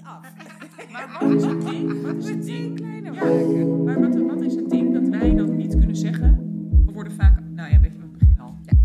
af. Maar wat is het ding? Wat is het ding? Kleiner maken. Maar wat is het ding dat wij dan niet kunnen zeggen? We worden vaak... Nou ja, weet je, we beginnen al. Ja.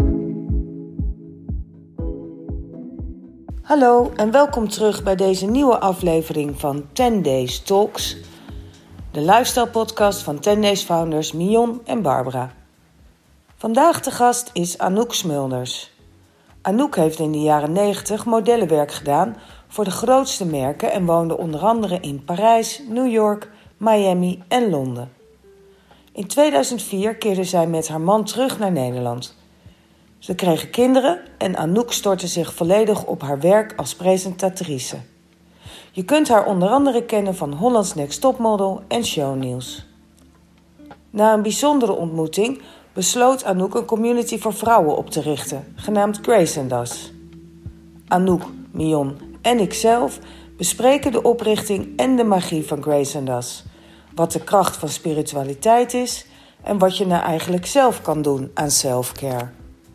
Hallo en welkom terug bij deze nieuwe aflevering van 10 Days Talks. De lifestyle podcast van 10 Days founders Mion en Barbara. Vandaag de gast is Anouk Smulders. Anouk heeft in de jaren 90 modellenwerk gedaan voor de grootste merken en woonde onder andere in Parijs, New York, Miami en Londen. In 2004 keerde zij met haar man terug naar Nederland. Ze kregen kinderen en Anouk stortte zich volledig op haar werk als presentatrice. Je kunt haar onder andere kennen van Holland's Next Topmodel en Shownieuws. Na een bijzondere ontmoeting besloot Anouk een community voor vrouwen op te richten, genaamd Grace & Us. Anouk, Mion en ikzelf bespreken de oprichting en de magie van Grace & Us, wat de kracht van spiritualiteit is en wat je nou eigenlijk zelf kan doen aan self-care.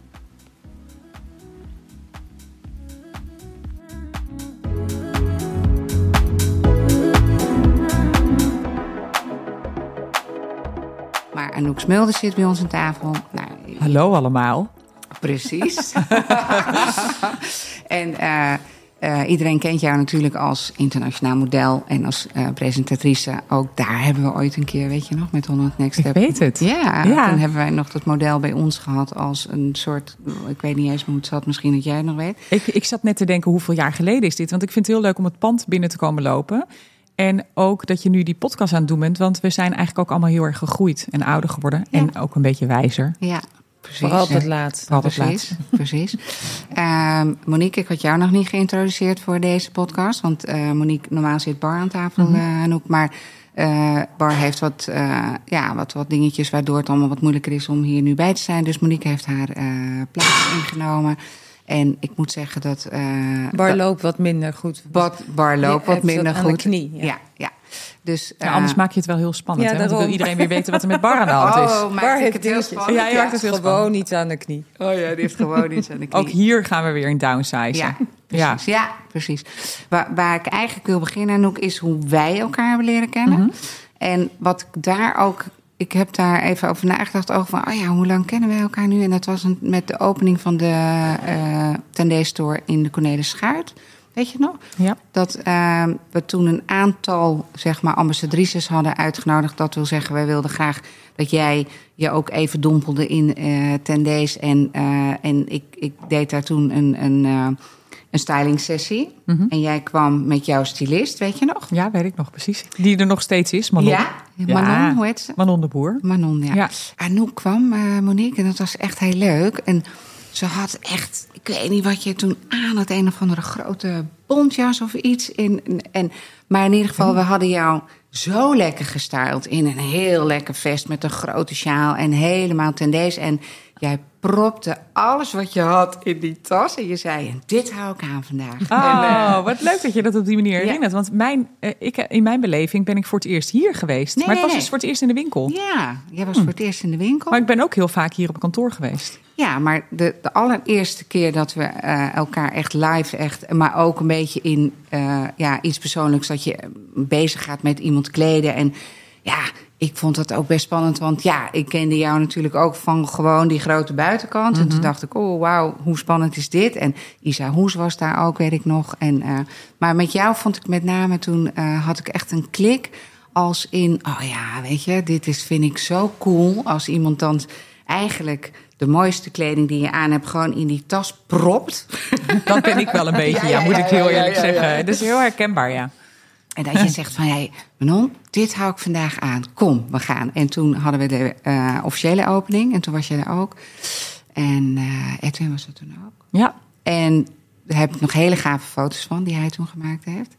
Maar Anouk Smulders zit bij ons aan tafel. Nou, hallo allemaal. Precies. En iedereen kent jou natuurlijk als internationaal model en als presentatrice. Ook daar hebben we ooit een keer, weet je nog, met Holland's Next Step. Ik weet het. Ja, toen hebben wij nog dat model bij ons gehad als een soort... Ik weet niet eens hoe het zat, misschien dat jij het nog weet. Ik zat net te denken, hoeveel jaar geleden is dit? Want ik vind het heel leuk om het pand binnen te komen lopen. En ook dat je nu die podcast aan het doen bent. Want we zijn eigenlijk ook allemaal heel erg gegroeid en ouder geworden. Ja. En ook een beetje wijzer. Ja, precies. Vooral op het laatst. Precies. Monique, ik had jou nog niet geïntroduceerd voor deze podcast. Want Monique, normaal zit Bar aan tafel, Anouk. Maar Bar heeft wat dingetjes waardoor het allemaal wat moeilijker is om hier nu bij te zijn. Dus Monique heeft haar plaats ingenomen. En ik moet zeggen dat... Bar loopt wat minder goed. Bar loopt wat minder goed. Aan de knie. Ja. Dus, anders maak je het wel heel spannend. Ja, hè? Want dan wil iedereen weer weten wat er met Bar aan de hand is. Bar heeft het heel spannend. Ja, je maakt het heel gewoon spannend. niet aan de knie. Oh ja, die heeft gewoon iets aan de knie. Ook hier gaan we weer in downsizen. Ja, precies. Waar ik eigenlijk wil beginnen, Anouk, is hoe wij elkaar hebben leren kennen. Mm-hmm. En wat ik daar ook... Ik heb daar even over nagedacht. Hoe lang kennen wij elkaar nu? En dat was met de opening van de 10 Days Store in de Cornelis Schuit. Weet je nog? Ja. Dat we toen een aantal, zeg maar, ambassadrices hadden uitgenodigd. Dat wil zeggen, wij wilden graag dat jij je ook even dompelde in 10 Days. En ik deed daar toen een styling sessie. Mm-hmm. En jij kwam met jouw stylist, weet je nog? Ja, weet ik nog precies. Die er nog steeds is, Manon. Ja, Manon, hoe heet ze? Manon de Boer. Manon, ja. Anouk kwam, Monique, en dat was echt heel leuk. En ze had echt, ik weet niet wat je toen aan had, een of andere grote bontjas of iets. Maar in ieder geval, we hadden jou zo lekker gestyled in een heel lekker vest met een grote sjaal en helemaal 10 Days. En jij propte alles wat je had in die tas. En je zei, en dit hou ik aan vandaag. Wat leuk dat je dat op die manier herinnert. Want in mijn beleving ben ik voor het eerst hier geweest. Maar het was dus voor het eerst in de winkel. Ja, jij was voor het eerst in de winkel. Maar ik ben ook heel vaak hier op kantoor geweest. Ja, maar de allereerste keer dat we elkaar echt live, maar ook een beetje in iets persoonlijks, dat je bezig gaat met iemand kleden. En ja, ik vond dat ook best spannend, want ik kende jou natuurlijk ook van gewoon die grote buitenkant. Mm-hmm. En toen dacht ik, oh wauw, hoe spannend is dit? En Isa Hoes was daar ook, weet ik nog. Maar met jou vond ik met name, toen had ik echt een klik als in, weet je, vind ik zo cool als iemand dan eigenlijk de mooiste kleding die je aan hebt gewoon in die tas propt. Dat ben ik wel een beetje, moet ik heel eerlijk zeggen. Dat is heel herkenbaar, ja. En dat je zegt van, Manon, dit hou ik vandaag aan. Kom, we gaan. En toen hadden we de officiële opening. En toen was je er ook. En Edwin was er toen ook. Ja. En daar heb ik nog hele gave foto's van die hij toen gemaakt heeft.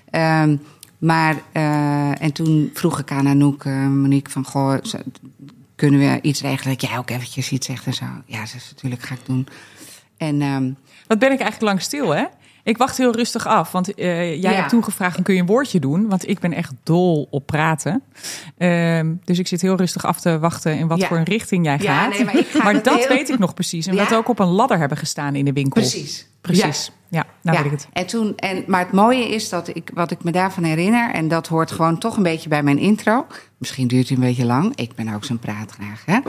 En toen vroeg ik aan Anouk, Monique, van goh, kunnen we iets regelen dat jij ook eventjes iets zegt en zo. Ja, ze natuurlijk, ga ik doen. En wat ben ik eigenlijk lang stil, hè? Ik wacht heel rustig af, want jij hebt toen gevraagd, kun je een woordje doen? Want ik ben echt dol op praten. Dus ik zit heel rustig af te wachten in wat voor een richting jij gaat. Nee, maar dat weet ik nog precies. En we dat ook op een ladder hebben gestaan in de winkel. Precies. Ja. nou weet ik het. Maar het mooie is wat ik me daarvan herinner, en dat hoort gewoon toch een beetje bij mijn intro. Misschien duurt het een beetje lang. Ik ben ook zo'n praatgraag, hè.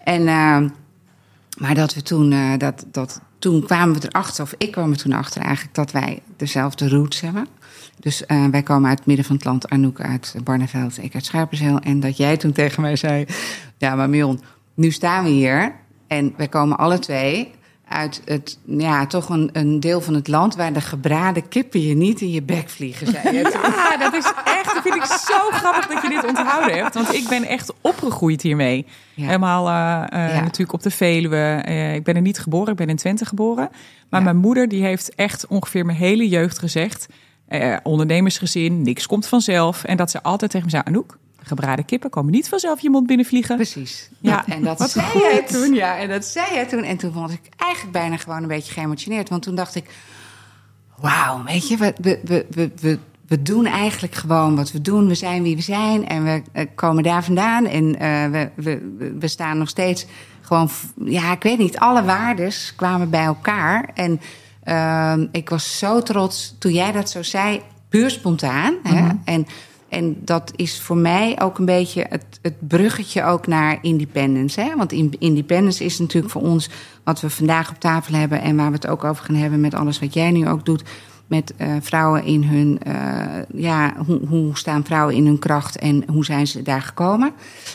Maar dat we toen kwamen we erachter, of ik kwam er toen achter eigenlijk, dat wij dezelfde roots hebben. Dus wij komen uit het midden van het land, Anouk uit Barneveld, ik uit Scherpenzeel. En dat jij toen tegen mij zei, ja, maar Mion, nu staan we hier en wij komen alle twee uit toch een deel van het land waar de gebraden kippen je niet in je bek vliegen, zei je. Ja, dat is echt, dat vind ik zo grappig dat je dit onthouden hebt. Want ik ben echt opgegroeid hiermee. Ja. Helemaal natuurlijk op de Veluwe. Ik ben er niet geboren, ik ben in Twente geboren. Maar mijn moeder die heeft echt ongeveer mijn hele jeugd gezegd, ondernemersgezin, niks komt vanzelf. En dat ze altijd tegen me zei, Anouk, gebraden kippen komen niet vanzelf je mond binnenvliegen. Precies. Ja. En dat zei jij toen. Ja, en dat zei jij toen. En toen vond ik eigenlijk bijna gewoon een beetje geëmotioneerd. Want toen dacht ik, wauw, weet je, we doen eigenlijk gewoon wat we doen. We zijn wie we zijn en we komen daar vandaan. En we staan nog steeds gewoon, ja, ik weet niet, alle waardes kwamen bij elkaar. En ik was zo trots toen jij dat zo zei, puur spontaan. Mm-hmm. Hè? En dat is voor mij ook een beetje het bruggetje ook naar independence. Hè? Want independence is natuurlijk voor ons wat we vandaag op tafel hebben en waar we het ook over gaan hebben met alles wat jij nu ook doet. Met vrouwen in hun, hoe staan vrouwen in hun kracht en hoe zijn ze daar gekomen.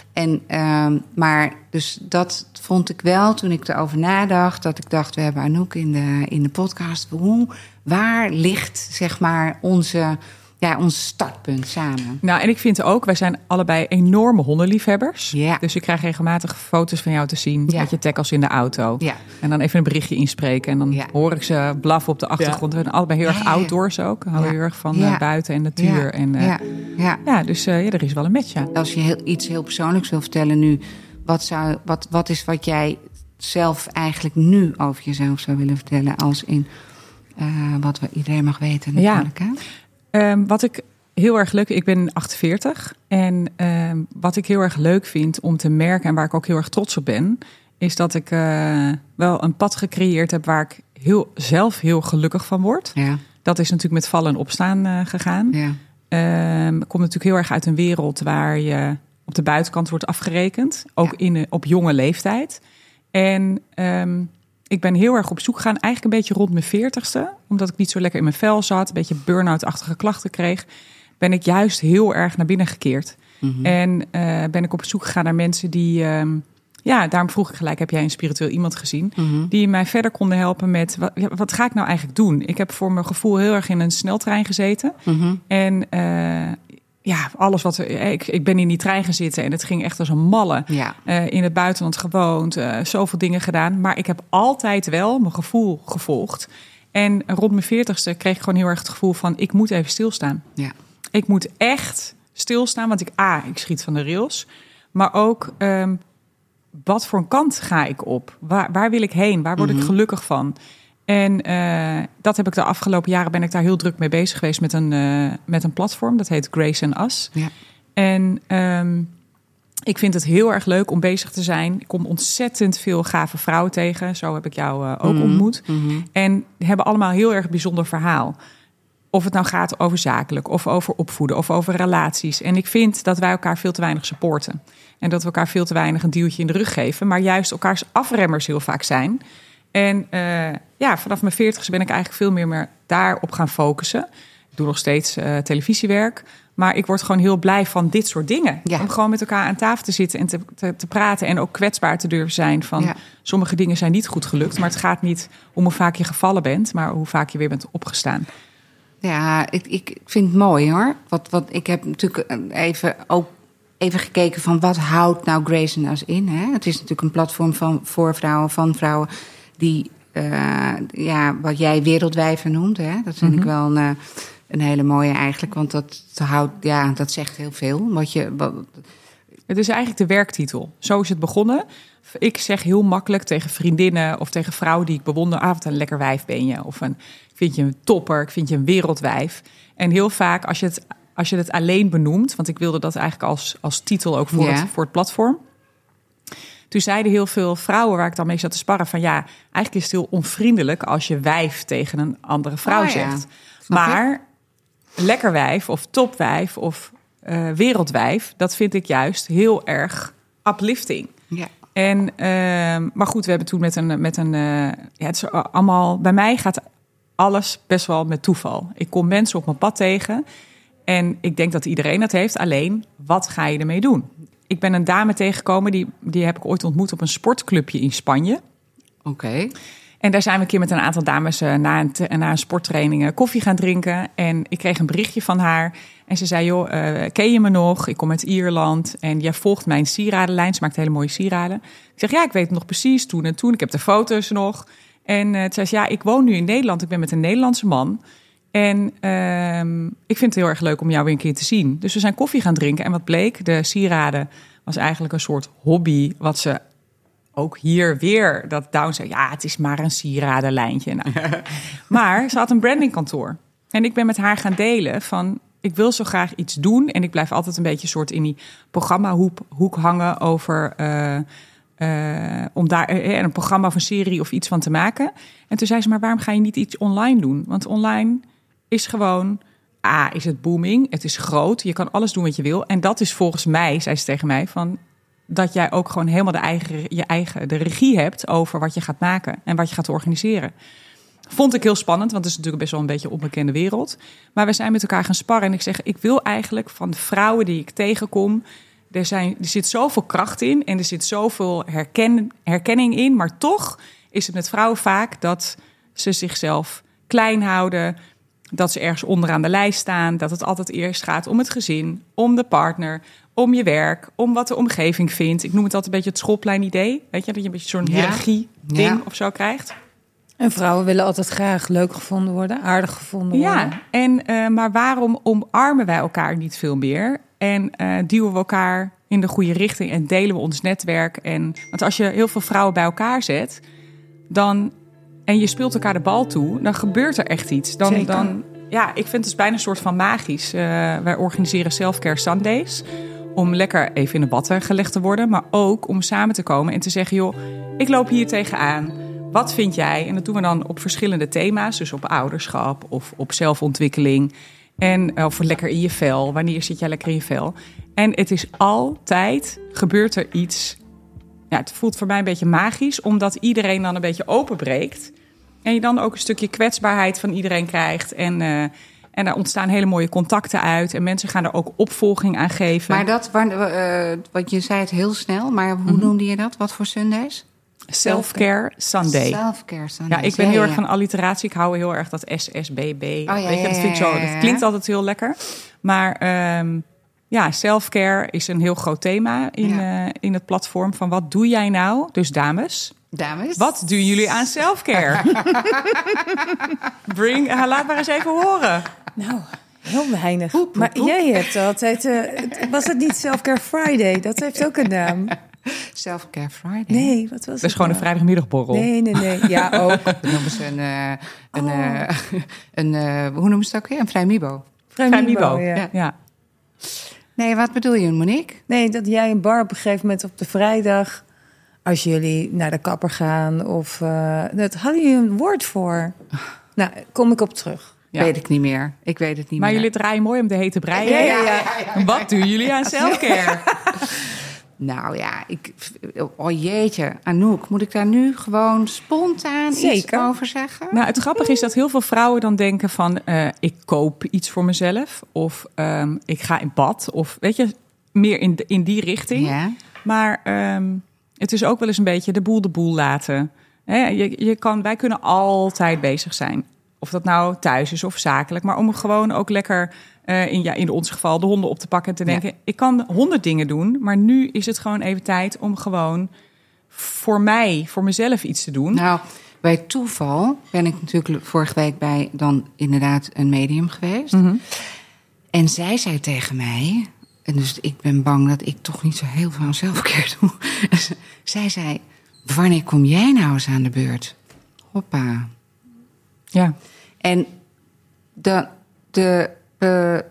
Maar dus dat vond ik wel toen ik erover nadacht. Dat ik dacht, we hebben Anouk in de podcast. Waar ligt zeg maar ons startpunt samen? Nou, en ik vind ook, wij zijn allebei enorme hondenliefhebbers. Ja. Dus ik krijg regelmatig foto's van jou te zien met je tackles in de auto. Ja. En dan even een berichtje inspreken. En dan hoor ik ze blaffen op de achtergrond. We zijn allebei heel erg outdoors ook. We houden heel erg van buiten en natuur. Dus er is wel een match, ja. Als je iets heel persoonlijks wil vertellen nu, wat is wat jij zelf eigenlijk nu over jezelf zou willen vertellen, als in wat iedereen mag weten natuurlijk, hè? Wat ik heel erg leuk, ik ben 48 en wat ik heel erg leuk vind om te merken en waar ik ook heel erg trots op ben, is dat ik wel een pad gecreëerd heb waar ik zelf heel gelukkig van word. Ja. Dat is natuurlijk met vallen en opstaan gegaan. Ja. Ik kom natuurlijk heel erg uit een wereld waar je op de buitenkant wordt afgerekend, ook op jonge leeftijd. En ik ben heel erg op zoek gegaan, eigenlijk een beetje rond mijn 40ste. Omdat ik niet zo lekker in mijn vel zat, een beetje burn-out-achtige klachten kreeg, ben ik juist heel erg naar binnen gekeerd. Mm-hmm. En ben ik op zoek gegaan naar mensen die, daarom vroeg ik gelijk, heb jij een spiritueel iemand gezien, mm-hmm, die mij verder konden helpen met, wat ga ik nou eigenlijk doen? Ik heb voor mijn gevoel heel erg in een sneltrein gezeten. Mm-hmm. En alles wat ik ben in die trein gaan zitten en het ging echt als een malle. Ja. In het buitenland gewoond, zoveel dingen gedaan. Maar ik heb altijd wel mijn gevoel gevolgd. En rond mijn 40ste kreeg ik gewoon heel erg het gevoel van, ik moet even stilstaan. Ja. Ik moet echt stilstaan, want ik schiet van de rails. Maar ook, wat voor een kant ga ik op? Waar wil ik heen? Waar word ik gelukkig van? En dat heb ik de afgelopen jaren, ben ik daar heel druk mee bezig geweest met een platform. Dat heet Grace & Us. Ja. En ik vind het heel erg leuk om bezig te zijn. Ik kom ontzettend veel gave vrouwen tegen. Zo heb ik jou ook ontmoet. Mm-hmm. En hebben allemaal heel erg bijzonder verhaal. Of het nou gaat over zakelijk, of over opvoeden, of over relaties. En ik vind dat wij elkaar veel te weinig supporten. En dat we elkaar veel te weinig een duwtje in de rug geven. Maar juist elkaars afremmers heel vaak zijn. En vanaf mijn 40ste ben ik eigenlijk veel meer daarop gaan focussen. Ik doe nog steeds televisiewerk. Maar ik word gewoon heel blij van dit soort dingen. Ja. Om gewoon met elkaar aan tafel te zitten en te praten. En ook kwetsbaar te durven zijn van, sommige dingen zijn niet goed gelukt. Maar het gaat niet om hoe vaak je gevallen bent, maar hoe vaak je weer bent opgestaan. Ja, ik vind het mooi hoor. Ik heb natuurlijk even gekeken van, wat houdt nou Grace & Us in? Hè? Het is natuurlijk een platform voor vrouwen, van vrouwen die, wat jij wereldwijven noemt. Hè? Dat vind ik wel een hele mooie eigenlijk. Want dat zegt heel veel. Het is eigenlijk de werktitel. Zo is het begonnen. Ik zeg heel makkelijk tegen vriendinnen of tegen vrouwen die ik bewonder, wat een lekker wijf ben je. Of ik vind je een topper, ik vind je een wereldwijf. En heel vaak als je het alleen benoemt, want ik wilde dat eigenlijk als titel ook voor het platform. toen zeiden heel veel vrouwen waar ik dan mee zat te sparren van ja, eigenlijk is het heel onvriendelijk als je wijf tegen een andere vrouw zegt. Maar lekker wijf of topwijf of wereldwijf, dat vind ik juist heel erg uplifting. Ja. En, maar goed, we hebben toen met een het is allemaal, bij mij gaat alles best wel met toeval. Ik kom mensen op mijn pad tegen en ik denk dat iedereen dat heeft. Alleen, wat ga je ermee doen? Ik ben een dame tegengekomen, die heb ik ooit ontmoet op een sportclubje in Spanje. Oké. En daar zijn we een keer met een aantal dames na een sporttraining koffie gaan drinken. En ik kreeg een berichtje van haar. En ze zei, joh, ken je me nog? Ik kom uit Ierland en jij volgt mijn sieradenlijn. Ze maakt hele mooie sieraden. Ik zeg, ja, ik weet het nog precies, toen en toen. Ik heb de foto's nog. En toen zei ze, ja, ik woon nu in Nederland. Ik ben met een Nederlandse man. En ik vind het heel erg leuk om jou weer een keer te zien. Dus we zijn koffie gaan drinken. En wat bleek, de sieraden was eigenlijk een soort hobby wat ze ook hier weer dat Down zei, ja, het is maar een sieradenlijntje. Nou. Maar ze had een brandingkantoor. En ik ben met haar gaan delen van, ik wil zo graag iets doen. En ik blijf altijd een beetje soort in die programmahoek hangen over om daar een programma of een serie of iets van te maken. En toen zei ze, maar waarom ga je niet iets online doen? Want online is gewoon, is het booming, het is groot, je kan alles doen wat je wil. En dat is volgens mij, zei ze tegen mij, van dat jij ook gewoon helemaal de regie hebt over wat je gaat maken en wat je gaat organiseren. Vond ik heel spannend, want het is natuurlijk best wel een beetje een onbekende wereld. Maar we zijn met elkaar gaan sparren en ik zeg, ik wil eigenlijk van de vrouwen die ik tegenkom, er zit zoveel kracht in en er zit zoveel herkenning in. Maar toch is het met vrouwen vaak dat ze zichzelf klein houden, dat ze ergens onderaan de lijst staan, dat het altijd eerst gaat om het gezin, om de partner, om je werk, om wat de omgeving vindt. Ik noem het altijd een beetje het schoolplein-idee. Weet je, dat je een beetje zo'n hiërarchie-ding of zo krijgt. En vrouwen willen altijd graag leuk gevonden worden, aardig gevonden worden. Ja, maar waarom omarmen wij elkaar niet veel meer? En duwen we elkaar in de goede richting en delen we ons netwerk? Want als je heel veel vrouwen bij elkaar zet, en je speelt elkaar de bal toe, dan gebeurt er echt iets. Ik vind het dus bijna een soort van magisch. Wij organiseren Self-Care Sundays om lekker even in de badden gelegd te worden, maar ook om samen te komen en te zeggen, joh, ik loop hier tegenaan. Wat vind jij? En dat doen we dan op verschillende thema's, dus op ouderschap of op zelfontwikkeling. Of lekker in je vel. Wanneer zit jij lekker in je vel? En het is altijd, gebeurt er iets. Ja, het voelt voor mij een beetje magisch, omdat iedereen dan een beetje openbreekt. En je dan ook een stukje kwetsbaarheid van iedereen krijgt. En er ontstaan hele mooie contacten uit. En mensen gaan er ook opvolging aan geven. Maar wat je zei het heel snel, maar hoe noemde je dat? Wat voor Sundays? Self-Care Sunday. Self-Care Sunday. Ja, ik ben heel erg van alliteratie. Ik hou heel erg dat SSBB. Weet je, dat vind ik zo. Dat klinkt altijd heel lekker. Maar self-care is een heel groot thema in het platform. Van wat doe jij nou? Dus dames. Wat doen jullie aan self-care? Laat maar eens even horen. Nou, heel weinig. Maar jij hebt altijd, was het niet Self-Care Friday? Dat heeft ook een naam. Self-Care Friday? Nee, wat was het? Dat is gewoon een vrijdagmiddagborrel. Nee. Ja, ook. Dat noemen ze hoe noemen ze het ook weer? Een vrijmibo. Vrijmibo, ja. Nee, wat bedoel je, Monique? Nee, dat jij een bar op een gegeven moment op de vrijdag, als jullie naar de kapper gaan, of dat hadden jullie een woord voor. Nou, kom ik op terug. Ja. Weet ik niet meer. Ik weet het niet maar meer. Jullie draaien mooi om de hete brei. Ja. Wat doen jullie aan selfcare? Nou ja, jeetje, Anouk, moet ik daar nu gewoon spontaan iets over zeggen? Nou, het grappige is dat heel veel vrouwen dan denken van, ik koop iets voor mezelf. Of ik ga in bad. Of weet je, meer in die richting. Ja. Maar het is ook wel eens een beetje de boel laten. Wij kunnen altijd bezig zijn. Of dat nou thuis is of zakelijk. Maar om gewoon ook lekker, in ons geval, de honden op te pakken en te denken, ik kan 100 dingen doen. Maar nu is het gewoon even tijd om gewoon voor mezelf iets te doen. Nou, bij toeval ben ik natuurlijk vorige week bij dan inderdaad een medium geweest. Mm-hmm. En zij zei tegen mij, en dus ik ben bang dat ik toch niet zo heel veel zelfcare doe. Zij zei, wanneer kom jij nou eens aan de beurt? Hoppa. Ja. En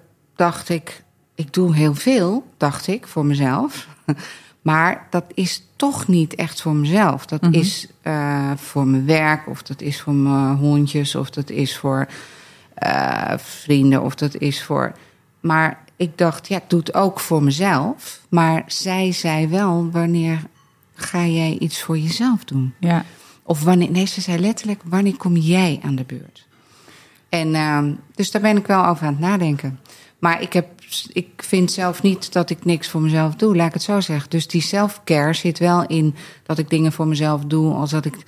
dacht ik doe heel veel, dacht ik, voor mezelf. Maar dat is toch niet echt voor mezelf. Dat is voor mijn werk, of dat is voor mijn hondjes, of dat is voor vrienden, of dat is voor... Maar ik dacht, ik doe het ook voor mezelf. Maar zij zei wel, wanneer ga jij iets voor jezelf doen? Ja. Of wanneer, nee, ze zei letterlijk, wanneer kom jij aan de beurt? En dus daar ben ik wel over aan het nadenken. Maar ik vind zelf niet dat ik niks voor mezelf doe, laat ik het zo zeggen. Dus die self-care zit wel in dat ik dingen voor mezelf doe, als dat ik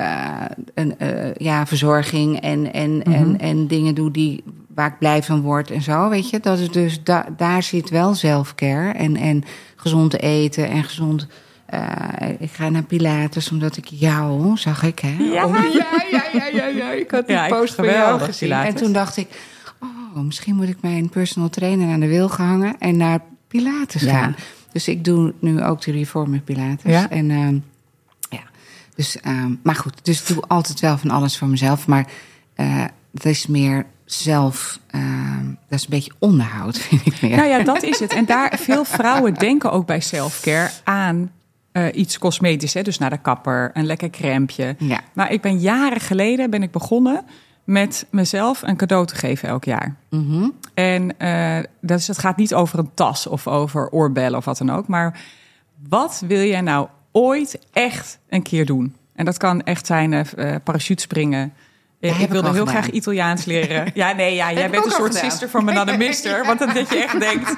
verzorging en dingen doe waar ik blij van word en zo, weet je. Dat is dus daar zit wel self-care en gezond eten en gezond. Ik ga naar Pilates, omdat ik jou, zag ik, hè? Ja. Ik had die post van jou gezien. Pilates. En toen dacht ik, misschien moet ik mijn personal trainer aan de wilgen hangen en naar Pilates gaan. Dus ik doe nu ook de Reformer Pilates. Ja. En dus, maar goed, dus ik doe altijd wel van alles voor mezelf. Maar dat is meer zelf, dat is een beetje onderhoud, vind ik meer. Nou ja, dat is het. En veel vrouwen denken ook bij selfcare aan iets cosmetisch. Hè? Dus naar de kapper, een lekker crèmpje. Ja. Maar ik ben jaren geleden begonnen met mezelf een cadeau te geven elk jaar. Mm-hmm. En het gaat niet over een tas of over oorbellen of wat dan ook. Maar wat wil jij nou ooit echt een keer doen? En dat kan echt zijn parachutespringen. Ik wilde heel graag Italiaans leren. Jij bent een soort sister van Madame Mister. Want dat je echt denkt.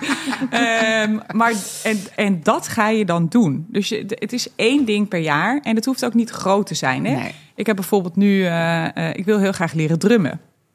En dat ga je dan doen. Dus het is 1 ding per jaar. En het hoeft ook niet groot te zijn. Hè? Nee. Ik heb bijvoorbeeld nu... ik wil heel graag leren drummen.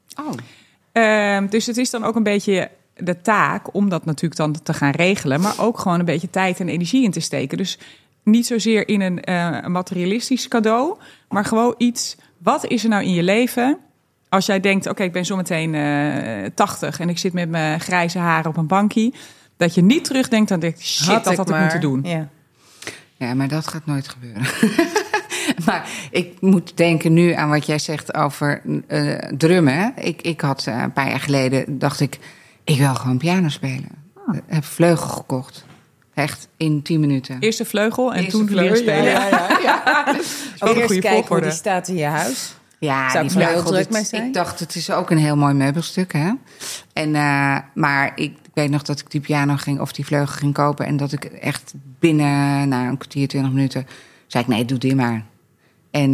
Dus het is dan ook een beetje de taak om dat natuurlijk dan te gaan regelen. Maar ook gewoon een beetje tijd en energie in te steken. Dus niet zozeer in een materialistisch cadeau. Maar gewoon iets... Wat is er nou in je leven als jij denkt... oké, ik ben zometeen 80 en ik zit met mijn grijze haren op een bankje... dat je niet terugdenkt aan dit shit, dat had ik moeten doen. Ja, maar dat gaat nooit gebeuren. Maar ik moet denken nu aan wat jij zegt over drummen. Ik had een paar jaar geleden, dacht ik wil gewoon piano spelen. Ik heb vleugel gekocht. Echt, in 10 minuten. Eerst de vleugel en toen leren spelen. Ja. Ook eerst kijken hoe die staat in je huis. Ja, zou die ik vleugel. heel druk mee zijn? Ik dacht, het is ook een heel mooi meubelstuk, hè. En, maar ik weet nog dat ik die piano die vleugel ging kopen... en dat ik echt binnen een kwartier, 20 minuten... zei ik, nee, doe dit maar. En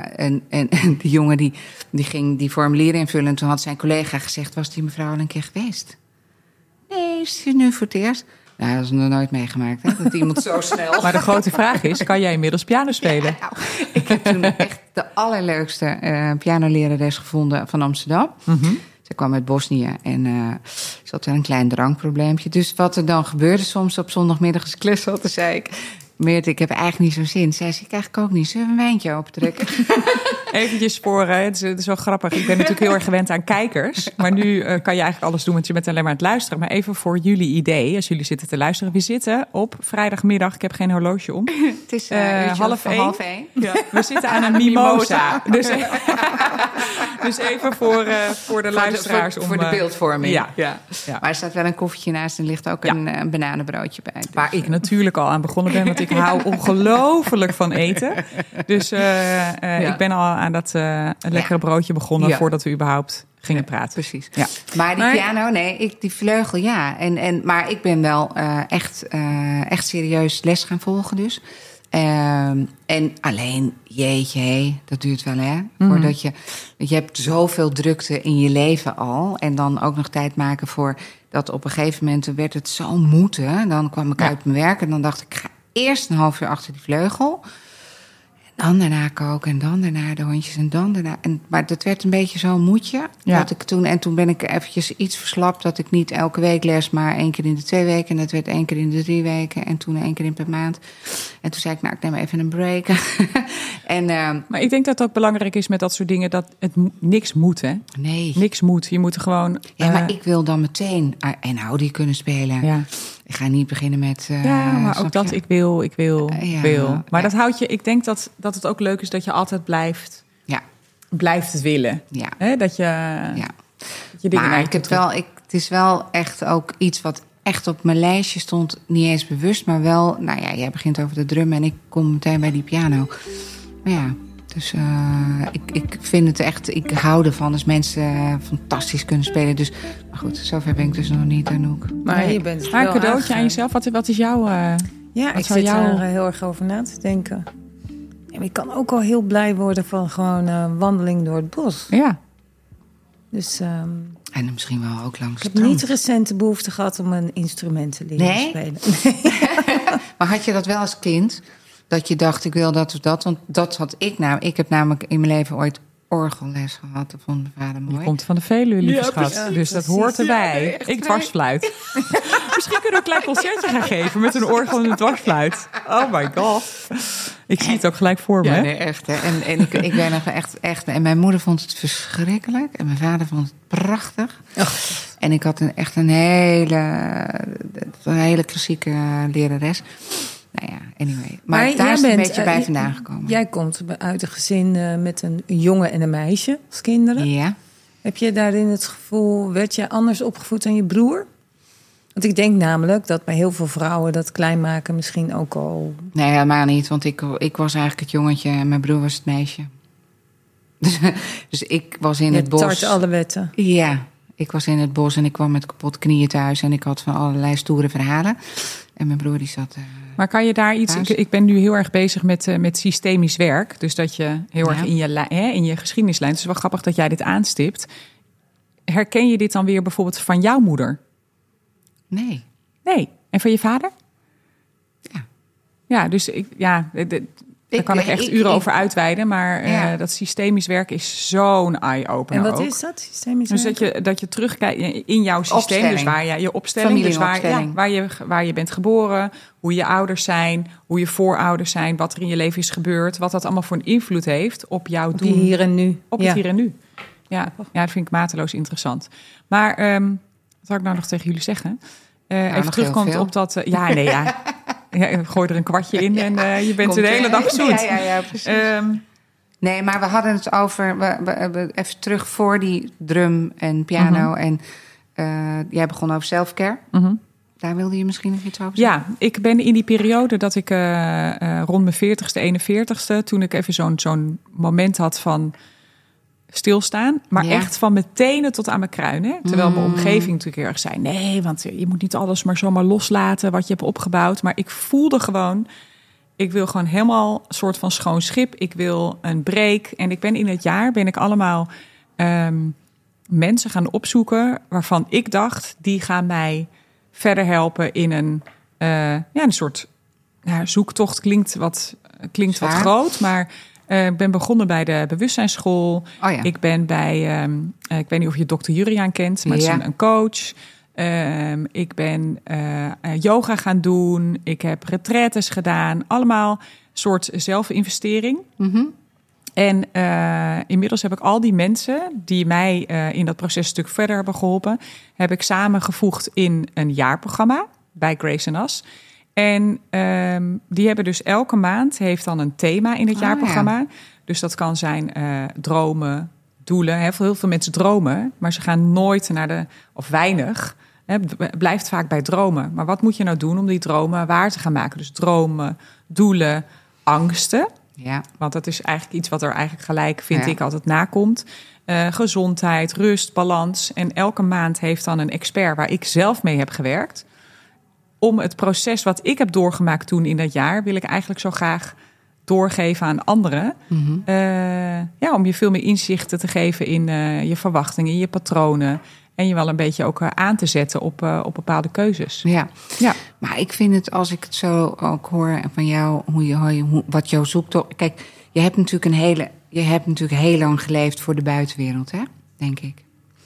die jongen die ging die formulieren invullen... en toen had zijn collega gezegd, was die mevrouw al een keer geweest? Nee, is die nu voor het eerst... Nou, dat is nog nooit meegemaakt, hè? Dat iemand zo snel... Maar de grote vraag is, kan jij inmiddels piano spelen? Ja, ik heb toen echt de allerleukste pianolerares gevonden van Amsterdam. Mm-hmm. Ze kwam uit Bosnië en ze had wel een klein drankprobleempje. Dus wat er dan gebeurde soms op zondagmiddag als ik klus had, dan zei ik... Meerte, ik heb eigenlijk niet zo'n zin. Zei ze, ik eigenlijk ook niet. Zullen we een wijntje opentrekken? Eventjes voor, het is zo grappig. Ik ben natuurlijk heel erg gewend aan kijkers. Maar nu kan je eigenlijk alles doen, want je bent alleen maar aan het luisteren. Maar even voor jullie idee, als jullie zitten te luisteren. We zitten op vrijdagmiddag, ik heb geen horloge om. Het is 12:30. Ja. We zitten aan een mimosa. Dus even voor de luisteraars. Voor de beeldvorming. Ja. Maar er staat wel een koffietje naast en ligt ook een bananenbroodje bij. Dus, waar ik natuurlijk al aan begonnen ben, want ik hou ongelooflijk van eten. Dus ik ben al aan dat lekkere broodje begonnen voordat we überhaupt gingen praten. Precies. Ja. Maar die piano, die vleugel, ja. Maar ik ben wel echt serieus les gaan volgen dus. En alleen, jeetje, dat duurt wel, hè? Voordat je hebt zoveel drukte in je leven al. En dan ook nog tijd maken voor dat op een gegeven moment werd het zo moeten. Dan kwam ik uit mijn werk en dan dacht ik ga eerst een half uur achter die vleugel. En dan daarna koken en dan daarna de hondjes en dan daarna. Maar dat werd een beetje zo'n moedje. Ja. Dat ik toen ben ik eventjes iets verslapt dat ik niet elke week les, maar 1 keer in de 2 weken. En dat werd 1 keer in de 3 weken en toen 1 keer per maand. En toen zei ik, ik neem even een break. Maar ik denk dat het ook belangrijk is met dat soort dingen, dat het niks moet, hè? Nee. Niks moet. Je moet er gewoon... Ja, maar ik wil dan meteen en Audi kunnen spelen. Ja. Ik ga niet beginnen met... maar ook dat, ik wil. Maar dat houdt je... Ik denk dat het ook leuk is dat je altijd blijft willen. Ja. Hè? Dat je dingen maar het is wel echt ook iets wat echt op mijn lijstje stond. Niet eens bewust, maar wel... Nou ja, jij begint over de drum en ik kom meteen bij die piano. Maar ja, dus ik vind het echt... Ik hou ervan als mensen fantastisch kunnen spelen. Dus, maar goed, zover ben ik dus nog niet, Anouk. Maar je bent maar een cadeautje aan jezelf. Wat is jouw... Ja, ik zit er heel erg over na te denken. En ik kan ook al heel blij worden van gewoon wandeling door het bos. Ja. Dus, en misschien wel ook langs ik heb niet recent de behoefte gehad om een instrument te leren spelen. Nee. Maar had je dat wel als kind? Dat je dacht, ik wil dat of dat? Want dat had ik nou. Ik heb namelijk in mijn leven ooit orgelles gehad. Dat vond mijn vader mooi. Je komt van de Veluwe, lieve schat. Ja, dus dat hoort erbij. Ja, ik dwarsfluit. Misschien kunnen we een klein concertje gaan geven met een orgel en een dwarsfluit. Oh my god. Ik zie het ook gelijk voor me. Ja, nee, echt. Hè. En ik ben nog echt... En mijn moeder vond het verschrikkelijk. En mijn vader vond het prachtig. Oh. En ik had echt een hele klassieke lerares. Nou ja, anyway. Maar daar is het een beetje bij vandaan gekomen. Jij komt uit een gezin met een jongen en een meisje als kinderen. Ja. Heb je daarin het gevoel, werd je anders opgevoed dan je broer? Want ik denk namelijk dat bij heel veel vrouwen dat kleinmaken misschien ook al... Nee, helemaal niet. Want ik was eigenlijk het jongetje en mijn broer was het meisje. Dus ik was in het bos. Je tart alle wetten. Ja, ik was in het bos en ik kwam met kapot knieën thuis. En ik had van allerlei stoere verhalen. En mijn broer die zat... Maar kan je daar iets... Ik ben nu heel erg bezig met systemisch werk. Dus dat je heel erg in je geschiedenislijn... Het is wel grappig dat jij dit aanstipt. Herken je dit dan weer bijvoorbeeld van jouw moeder? Nee. Nee. En van je vader? Ja. Ja, dus daar kan ik echt uren over uitweiden. Maar dat systemisch werk is zo'n eye-opener. En wat is dat, systemisch werk? Dus dat je terugkijkt in jouw systeem. Opstelling. Dus waar je opstelling, dus waar je bent geboren, hoe je ouders zijn, hoe je voorouders zijn, wat er in je leven is gebeurd, wat dat allemaal voor een invloed heeft op jouw doen. Hier en nu. Op het hier en nu. Ja, dat vind ik mateloos interessant. Maar wat zou ik nou nog tegen jullie zeggen? Even terugkomt op dat... Ja, gooi er een kwartje in en je bent de hele dag zoet. Ja, precies. Nee, maar we hadden het over... We even terug voor die drum en piano. En jij begon over self-care. Mm-hmm. Daar wilde je misschien nog iets over zeggen? Ja, ik ben in die periode dat ik rond mijn 40ste, 41ste... toen ik even zo'n moment had van stilstaan. Maar echt van mijn tenen tot aan mijn kruinen. Terwijl mijn omgeving natuurlijk heel erg zei... nee, want je moet niet alles maar zomaar loslaten wat je hebt opgebouwd. Maar ik voelde gewoon... ik wil gewoon helemaal een soort van schoon schip. Ik wil een break. En ik ben in het jaar allemaal mensen gaan opzoeken... waarvan ik dacht, die gaan mij verder helpen in een soort zoektocht. Klinkt wat groot, maar... ik ben begonnen bij de bewustzijnsschool. Oh ja. Ik ben bij, ik weet niet of je dokter Juriaan kent, maar het is een coach. Ik ben yoga gaan doen. Ik heb retraites gedaan. Allemaal soort zelfinvestering. Mm-hmm. En inmiddels heb ik al die mensen die mij in dat proces een stuk verder hebben geholpen... heb ik samengevoegd in een jaarprogramma bij Grace & Us... En die hebben dus elke maand heeft dan een thema in het jaarprogramma. Ja. Dus dat kan zijn dromen, doelen. Heel veel mensen dromen, maar ze gaan nooit naar of weinig. Het blijft vaak bij dromen. Maar wat moet je nou doen om die dromen waar te gaan maken? Dus dromen, doelen, angsten. Ja. Want dat is eigenlijk iets wat er eigenlijk gelijk, vind ik, altijd nakomt. Gezondheid, rust, balans. En elke maand heeft dan een expert waar ik zelf mee heb gewerkt... om het proces wat ik heb doorgemaakt toen in dat jaar... wil ik eigenlijk zo graag doorgeven aan anderen. Mm-hmm. Om je veel meer inzichten te geven in je verwachtingen... in je patronen. En je wel een beetje ook aan te zetten op bepaalde keuzes. Ja, maar ik vind het, als ik het zo ook hoor van jou... wat jou zoekt... Kijk, je hebt natuurlijk heel lang geleefd voor de buitenwereld, hè? Denk ik.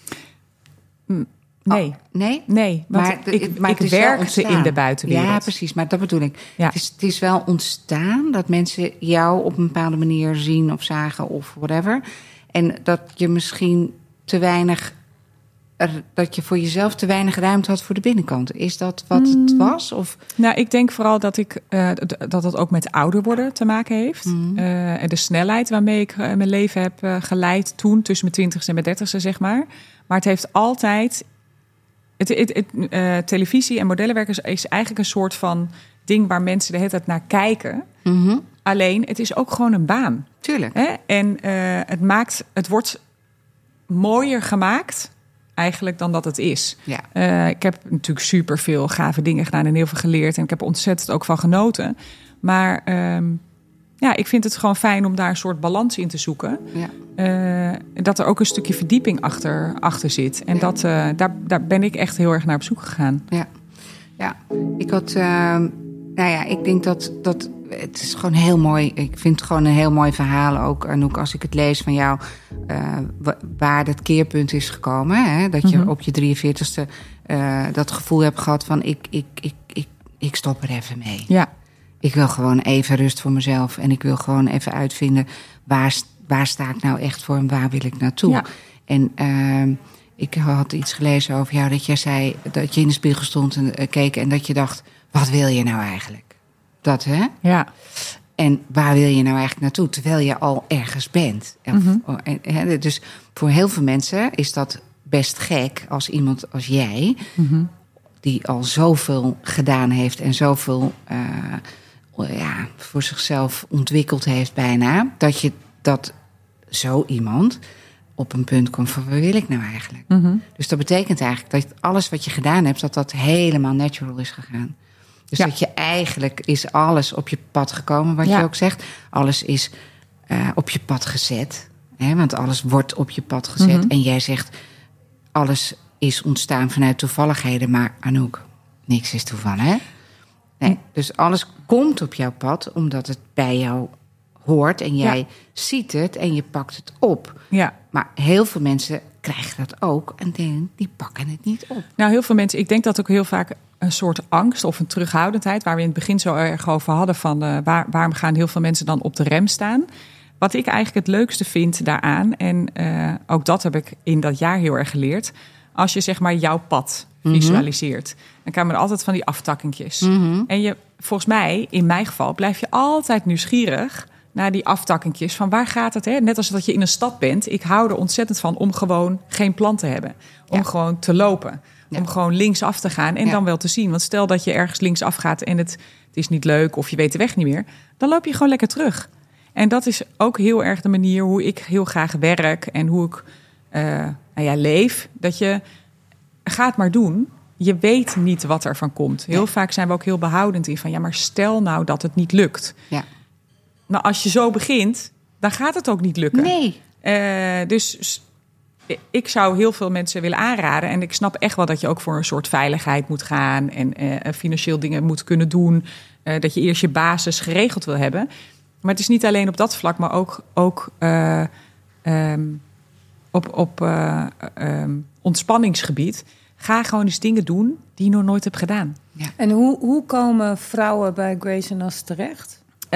Nee. Oh, nee? Nee, maar ik werkte in de buitenwereld. Ja, precies, maar dat bedoel ik. Ja. Het is wel ontstaan dat mensen jou op een bepaalde manier zien of zagen of whatever. En dat je misschien te weinig... dat je voor jezelf te weinig ruimte had voor de binnenkant. Is dat wat het was? Of? Nou, ik denk vooral dat dat het ook met ouder worden te maken heeft. En de snelheid waarmee ik mijn leven heb geleid toen... tussen mijn 20ste en mijn 30ste, zeg maar. Maar het heeft altijd Televisie en modellenwerk is eigenlijk een soort van ding waar mensen de hele tijd naar kijken. Mm-hmm. Alleen, het is ook gewoon een baan. Tuurlijk. Hè? En het wordt mooier gemaakt eigenlijk dan dat het is. Ja. Ik heb natuurlijk superveel gave dingen gedaan en heel veel geleerd. En ik heb er ontzettend ook van genoten. Maar ik vind het gewoon fijn om daar een soort balans in te zoeken. Ja. Dat er ook een stukje verdieping achter zit. En daar ben ik echt heel erg naar op zoek gegaan. Ja. Ik had... ik denk dat het is gewoon heel mooi. Ik vind het gewoon een heel mooi verhaal ook, Anouk, als ik het lees van jou, waar het keerpunt is gekomen. Hè? Dat je op je 43ste dat gevoel hebt gehad van ik stop er even mee. Ja. Ik wil gewoon even rust voor mezelf. En ik wil gewoon even uitvinden waar sta ik nou echt voor en waar wil ik naartoe. Ja. En ik had iets gelezen over jou dat jij zei dat je in de spiegel stond en keek en dat je dacht, wat wil je nou eigenlijk? Dat, hè? Ja. En waar wil je nou eigenlijk naartoe? Terwijl je al ergens bent. Dus voor heel veel mensen is dat best gek als iemand als jij, die al zoveel gedaan heeft en zoveel voor zichzelf ontwikkeld heeft bijna, dat zo iemand op een punt komt van, waar wil ik nou eigenlijk? Dus dat betekent eigenlijk dat alles wat je gedaan hebt, dat helemaal natural is gegaan. Dus dat je eigenlijk is alles op je pad gekomen, wat je ook zegt. Alles is op je pad gezet. Hè? Want alles wordt op je pad gezet. En jij zegt, alles is ontstaan vanuit toevalligheden. Maar Anouk, niks is toeval, hè? Nee. Dus alles komt op jouw pad, omdat het bij jou hoort. En jij ziet het en je pakt het op. Ja. Maar heel veel mensen krijgen dat ook en die pakken het niet op. Nou, heel veel mensen, ik denk dat ook heel vaak een soort angst of een terughoudendheid, waar we in het begin zo erg over hadden van waarom gaan heel veel mensen dan op de rem staan. Wat ik eigenlijk het leukste vind daaraan, en ook dat heb ik in dat jaar heel erg geleerd, als je zeg maar jouw pad visualiseert, dan krijg je altijd van die aftakkingjes. En volgens mij, in mijn geval, blijf je altijd nieuwsgierig naar die aftakkingjes van waar gaat het? Hè? Net als dat je in een stad bent. Ik hou er ontzettend van om gewoon geen plan te hebben. Om gewoon te lopen. Ja. Om gewoon linksaf te gaan en dan wel te zien. Want stel dat je ergens linksaf gaat en het is niet leuk of je weet de weg niet meer, dan loop je gewoon lekker terug. En dat is ook heel erg de manier hoe ik heel graag werk en hoe ik leef. Dat je gaat maar doen. Je weet niet wat er van komt. Heel vaak zijn we ook heel behoudend in van maar stel nou dat het niet lukt. Ja. Maar als je zo begint, dan gaat het ook niet lukken. Nee. Dus ik zou heel veel mensen willen aanraden. En ik snap echt wel dat je ook voor een soort veiligheid moet gaan. En financieel dingen moet kunnen doen. Dat je eerst je basis geregeld wil hebben. Maar het is niet alleen op dat vlak, maar ook op ontspanningsgebied. Ga gewoon eens dingen doen die je nog nooit hebt gedaan. Ja. En hoe komen vrouwen bij Grace & Us terecht?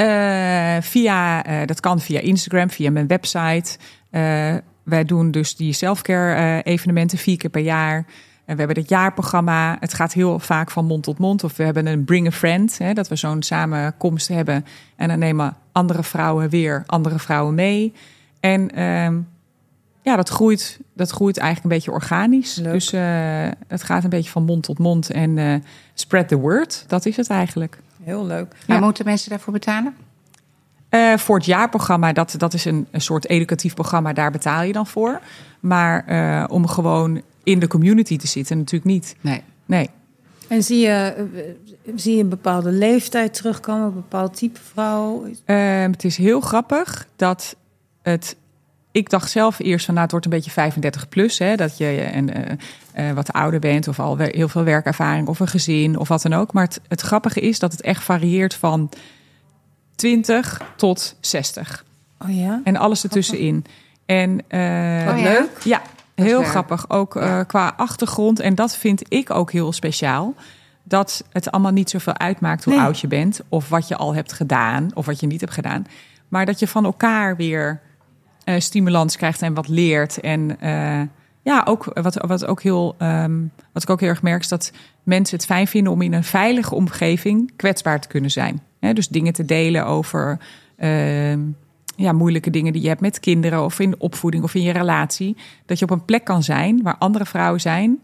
Dat kan via Instagram, via mijn website. Wij doen dus die selfcare evenementen 4 keer per jaar. We hebben het jaarprogramma. Het gaat heel vaak van mond tot mond. Of we hebben een bring a friend. Hè, dat we zo'n samenkomst hebben. En dan nemen andere vrouwen weer andere vrouwen mee. En dat groeit eigenlijk een beetje organisch. Leuk. Dus het gaat een beetje van mond tot mond. En spread the word, dat is het eigenlijk. Heel leuk. Maar moeten mensen daarvoor betalen? Voor het jaarprogramma, dat is een soort educatief programma. Daar betaal je dan voor. Maar om gewoon in de community te zitten, natuurlijk niet. Nee. En zie je een bepaalde leeftijd terugkomen? Een bepaald type vrouw? Het is heel grappig dat ik dacht zelf eerst van het wordt een beetje 35 plus. Hè, dat je wat ouder bent of al heel veel werkervaring of een gezin of wat dan ook. Maar het grappige is dat het echt varieert van 20 tot 60. Oh ja? En alles ertussenin. En, wat leuk. Ja, heel grappig. Ook qua achtergrond. En dat vind ik ook heel speciaal. Dat het allemaal niet zoveel uitmaakt hoe oud je bent. Of wat je al hebt gedaan. Of wat je niet hebt gedaan. Maar dat je van elkaar weer stimulans krijgt en wat leert. En ook wat ik ook heel erg merk, is dat mensen het fijn vinden om in een veilige omgeving kwetsbaar te kunnen zijn. Dus dingen te delen over moeilijke dingen die je hebt met kinderen of in de opvoeding of in je relatie. Dat je op een plek kan zijn waar andere vrouwen zijn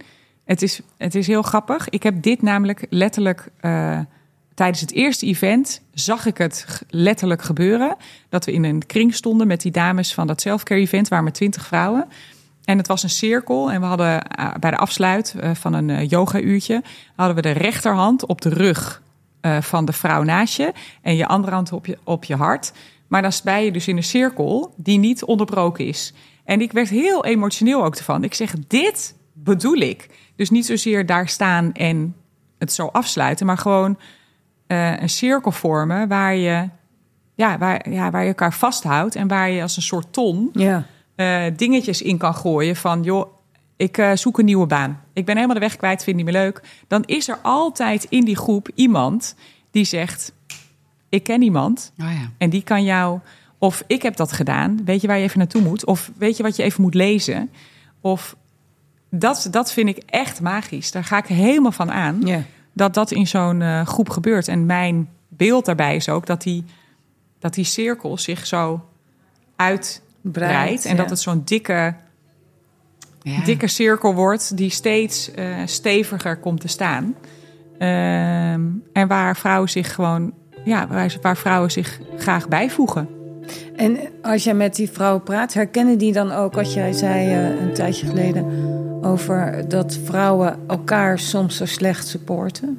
Het is heel grappig. Ik heb dit namelijk letterlijk tijdens het eerste event zag ik het letterlijk gebeuren. Dat we in een kring stonden met die dames van dat selfcare event, waar met 20 vrouwen. En het was een cirkel. En we hadden bij de afsluit van een yoga-uurtje hadden we de rechterhand op de rug van de vrouw naast je en je andere hand op je hart. Maar dan sta je dus in een cirkel die niet onderbroken is. En ik werd heel emotioneel ook ervan. Ik zeg, dit bedoel ik. Dus niet zozeer daar staan en het zo afsluiten, maar gewoon een cirkel vormen waar je elkaar vasthoudt en waar je als een soort ton dingetjes in kan gooien van, joh, ik zoek een nieuwe baan. Ik ben helemaal de weg kwijt, vind het niet meer leuk. Dan is er altijd in die groep iemand die zegt, ik ken iemand en die kan jou, of ik heb dat gedaan, weet je waar je even naartoe moet, of weet je wat je even moet lezen, of dat vind ik echt magisch. Daar ga ik helemaal van aan. Yeah. Dat in zo'n groep gebeurt. En mijn beeld daarbij is ook dat die cirkel zich zo uitbreidt. En dat het zo'n dikke cirkel wordt die steeds steviger komt te staan. En waar vrouwen zich gewoon, waar vrouwen zich graag bijvoegen. En als jij met die vrouwen praat, herkennen die dan ook wat jij zei een tijdje geleden over dat vrouwen elkaar soms zo slecht supporten?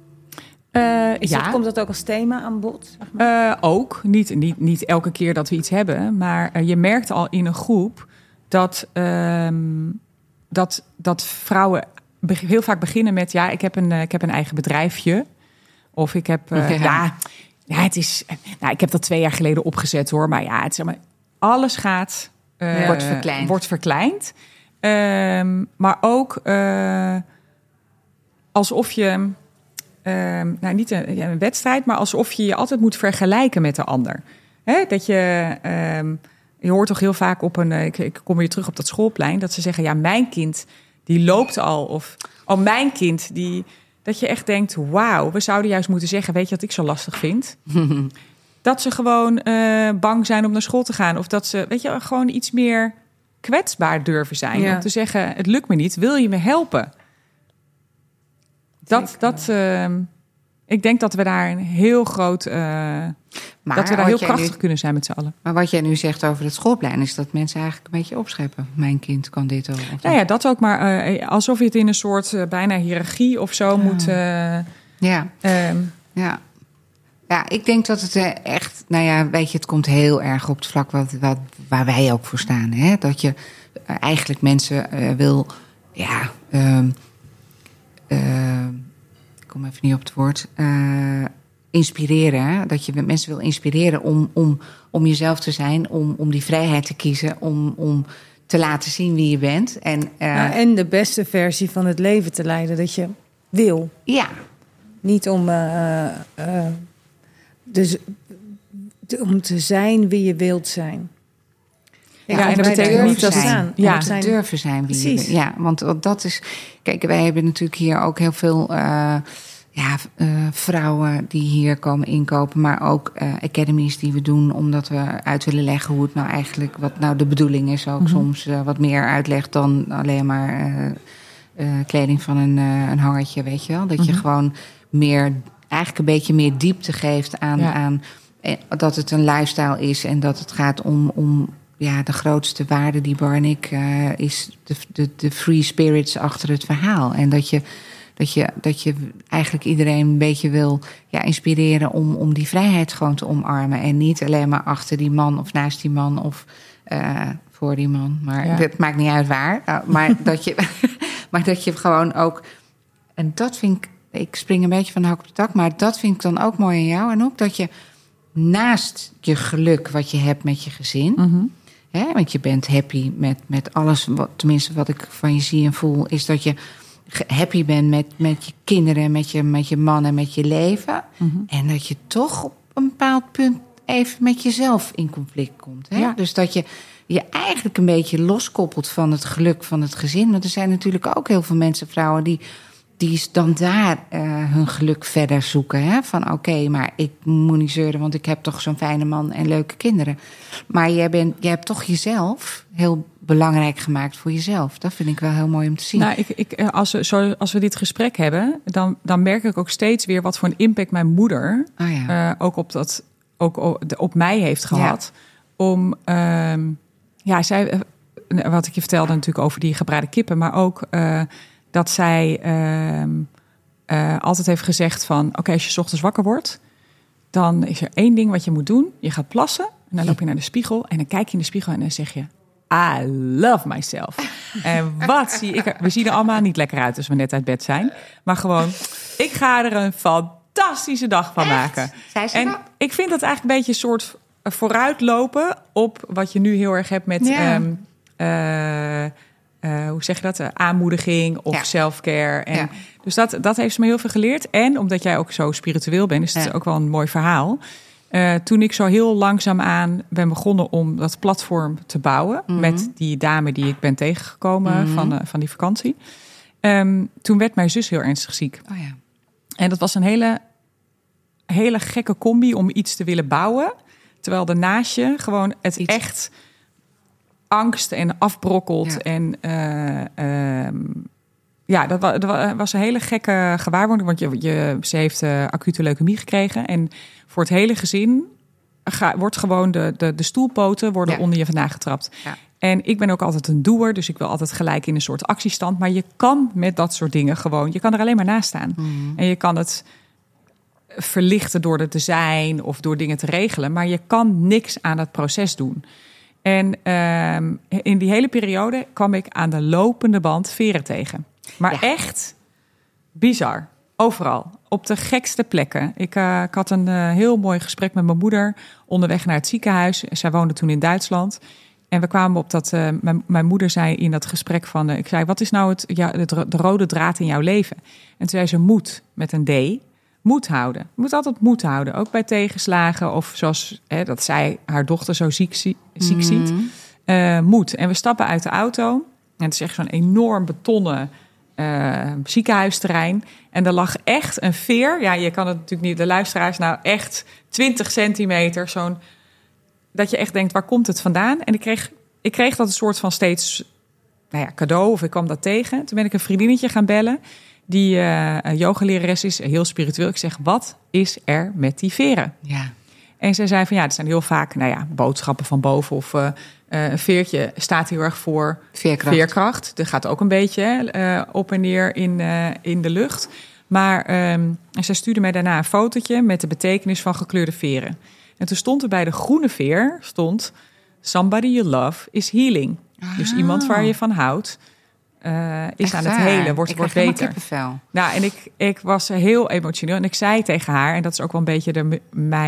Komt dat ook als thema aan bod? Zeg maar? Ook. Niet elke keer dat we iets hebben. Maar je merkt al in een groep dat vrouwen heel vaak beginnen met, ik heb een eigen bedrijfje. Of ik heb het is. Ik heb dat 2 jaar geleden opgezet hoor. Maar het is alles gaat wordt verkleind. Maar ook alsof je niet een wedstrijd, maar alsof je je altijd moet vergelijken met de ander. Dat je hoort toch heel vaak op ik kom weer terug op dat schoolplein, dat ze zeggen, mijn kind die loopt al, of mijn kind die. Dat je echt denkt, wauw, we zouden juist moeten zeggen, weet je wat ik zo lastig vind? Dat ze gewoon bang zijn om naar school te gaan. Of dat ze, gewoon iets meer kwetsbaar durven zijn. Ja. Om te zeggen, het lukt me niet, wil je me helpen? Ik denk dat we daar een heel groot... dat we daar heel krachtig kunnen zijn met z'n allen. Maar wat jij nu zegt over het schoolplein, is dat mensen eigenlijk een beetje opscheppen. Mijn kind kan dit ook. Dat ook, maar alsof je het in een soort bijna hiërarchie of zo moet... Ja, ik denk dat het echt... het komt heel erg op het vlak waar wij ook voor staan. Hè? Dat je eigenlijk mensen wil... ik kom even niet op het woord... inspireren. Hè? Dat je mensen wil inspireren om jezelf te zijn. Om die vrijheid te kiezen. Om te laten zien wie je bent. En de beste versie van het leven te leiden dat je wil. Ja. Niet om... om te zijn wie je wilt zijn. En dat betekent niet dat het durven zijn wie je bent. Ja, want dat is... Kijk, wij hebben natuurlijk hier ook heel veel vrouwen die hier komen inkopen, maar ook academies die we doen, omdat we uit willen leggen hoe het nou eigenlijk, wat nou de bedoeling is, ook soms wat meer uitlegt dan alleen maar kleding van een hangertje, weet je wel. Dat je gewoon meer, eigenlijk een beetje meer diepte geeft aan dat het een lifestyle is en dat het gaat om de grootste waarde die Bar en ik is de free spirits achter het verhaal. En dat je eigenlijk iedereen een beetje wil inspireren om die vrijheid gewoon te omarmen. En niet alleen maar achter die man of naast die man of voor die man. Maar het maakt niet uit waar. Maar dat je gewoon ook... En dat vind ik spring een beetje van de hak op de tak, maar dat vind ik dan ook mooi in jou. En ook dat je naast je geluk wat je hebt met je gezin... want je bent happy met alles, tenminste wat ik van je zie en voel, is dat je happy bent met je kinderen, met je man en met je leven. En dat je toch op een bepaald punt even met jezelf in conflict komt. Hè? Ja. Dus dat je eigenlijk een beetje loskoppelt van het geluk van het gezin. Want er zijn natuurlijk ook heel veel mensen, vrouwen, die dan daar hun geluk verder zoeken. Hè? Van oké, maar ik moet niet zeuren, want ik heb toch zo'n fijne man en leuke kinderen. Maar jij hebt toch jezelf heel belangrijk gemaakt voor jezelf. Dat vind ik wel heel mooi om te zien. Nou, als we dit gesprek hebben, dan merk ik ook steeds weer wat voor een impact mijn moeder ook op mij heeft gehad. Ja. Zij, wat ik je vertelde natuurlijk over die gebraden kippen, maar ook dat zij altijd heeft gezegd van, oké, als je 's ochtends wakker wordt, dan is er 1 ding wat je moet doen. Je gaat plassen en dan loop je naar de spiegel en dan kijk je in de spiegel en dan zeg je, I love myself. En wat zie ik er... We zien er allemaal niet lekker uit als we net uit bed zijn. Maar gewoon, ik ga er een fantastische dag van maken. En ik vind dat eigenlijk een beetje een soort vooruitlopen op wat je nu heel erg hebt met... hoe zeg je dat? Aanmoediging of self-care. En dus dat heeft ze me heel veel geleerd. En omdat jij ook zo spiritueel bent, is het ook wel een mooi verhaal. Toen ik zo heel langzaamaan ben begonnen om dat platform te bouwen... met die dame die ik ben tegengekomen van die vakantie. Toen werd mijn zus heel ernstig ziek. Oh ja. En dat was een hele gekke combi om iets te willen bouwen. Terwijl daarnaast je gewoon het echt angst en afbrokkelt. Ja. En dat was een hele gekke gewaarwording. Want ze heeft acute leukemie gekregen. En voor het hele gezin wordt gewoon de stoelpoten worden onder je vandaan getrapt. Ja. En ik ben ook altijd een doer, dus ik wil altijd gelijk in een soort actiestand. Maar je kan met dat soort dingen gewoon, je kan er alleen maar naast staan. En je kan het verlichten door er te zijn of door dingen te regelen. Maar je kan niks aan dat proces doen. En in die hele periode kwam ik aan de lopende band veren tegen. Maar echt bizar. Overal. Op de gekste plekken. Ik had een heel mooi gesprek met mijn moeder onderweg naar het ziekenhuis. Zij woonde toen in Duitsland. En we kwamen op dat... Mijn moeder zei in dat gesprek van... ik zei, wat is nou de rode draad in jouw leven? En toen zei ze moed, met een D. Moed houden. Je moet altijd moed houden. Ook bij tegenslagen. Of zoals dat zij haar dochter zo ziek ziet. Moed. En we stappen uit de auto. En het is echt zo'n enorm betonnen ziekenhuisterrein. En er lag echt een veer. Ja, je kan het natuurlijk niet... De luisteraars, nou echt 20 centimeter. Zo'n... Dat je echt denkt, waar komt het vandaan? En ik kreeg dat een soort van steeds cadeau. Of ik kwam dat tegen. Toen ben ik een vriendinnetje gaan bellen. Die yogalerares is, heel spiritueel. Ik zeg, wat is er met die veren? Ja. En zij zei van, er zijn heel vaak boodschappen van boven. Of een veertje staat heel erg voor veerkracht. Dat gaat ook een beetje op en neer in de lucht. Maar zij stuurde mij daarna een fotootje met de betekenis van gekleurde veren. En toen stond er bij de groene veer, somebody you love is healing. Dus iemand waar je van houdt, is aan het helen, wordt beter. Nou, en ik was heel emotioneel. En ik zei tegen haar, en dat is ook wel een beetje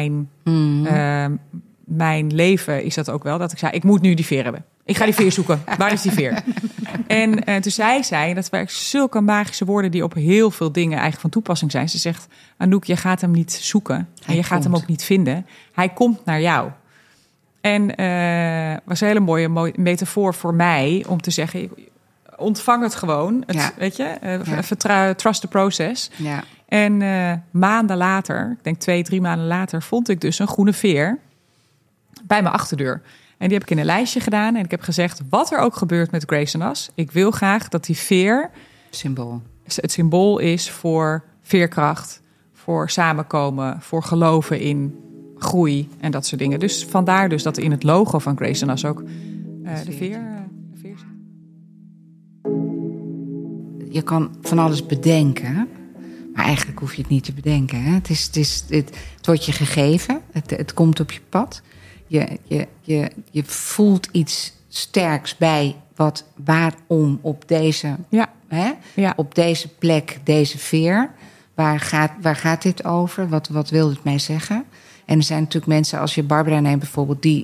mijn leven is dat ook wel, dat ik zei, ik moet nu die veer hebben. Ik ga die veer zoeken. Waar is die veer? En toen zei zij, dat waren zulke magische woorden die op heel veel dingen eigenlijk van toepassing zijn. Ze zegt, Anouk, je gaat hem niet zoeken. En je gaat hem ook niet vinden. Hij komt naar jou. En was een hele mooie metafoor voor mij om te zeggen, ontvang het gewoon. Weet je, trust the process. Ja. En maanden later, ik denk 2-3 maanden later, vond ik dus een groene veer bij mijn achterdeur. En die heb ik in een lijstje gedaan. En ik heb gezegd, wat er ook gebeurt met Grace en As, ik wil graag dat die veer het symbool is voor veerkracht, voor samenkomen, voor geloven in groei en dat soort dingen. Dus vandaar dus dat in het logo van Grace en As ook de veer zit. Je kan van alles bedenken, maar eigenlijk hoef je het niet te bedenken. Hè? Het wordt je gegeven, het komt op je pad. Je voelt iets sterks bij waarom op deze, op deze plek, deze veer. Waar gaat dit over? Wat wil het mij zeggen? En er zijn natuurlijk mensen, als je Barbara neemt bijvoorbeeld, die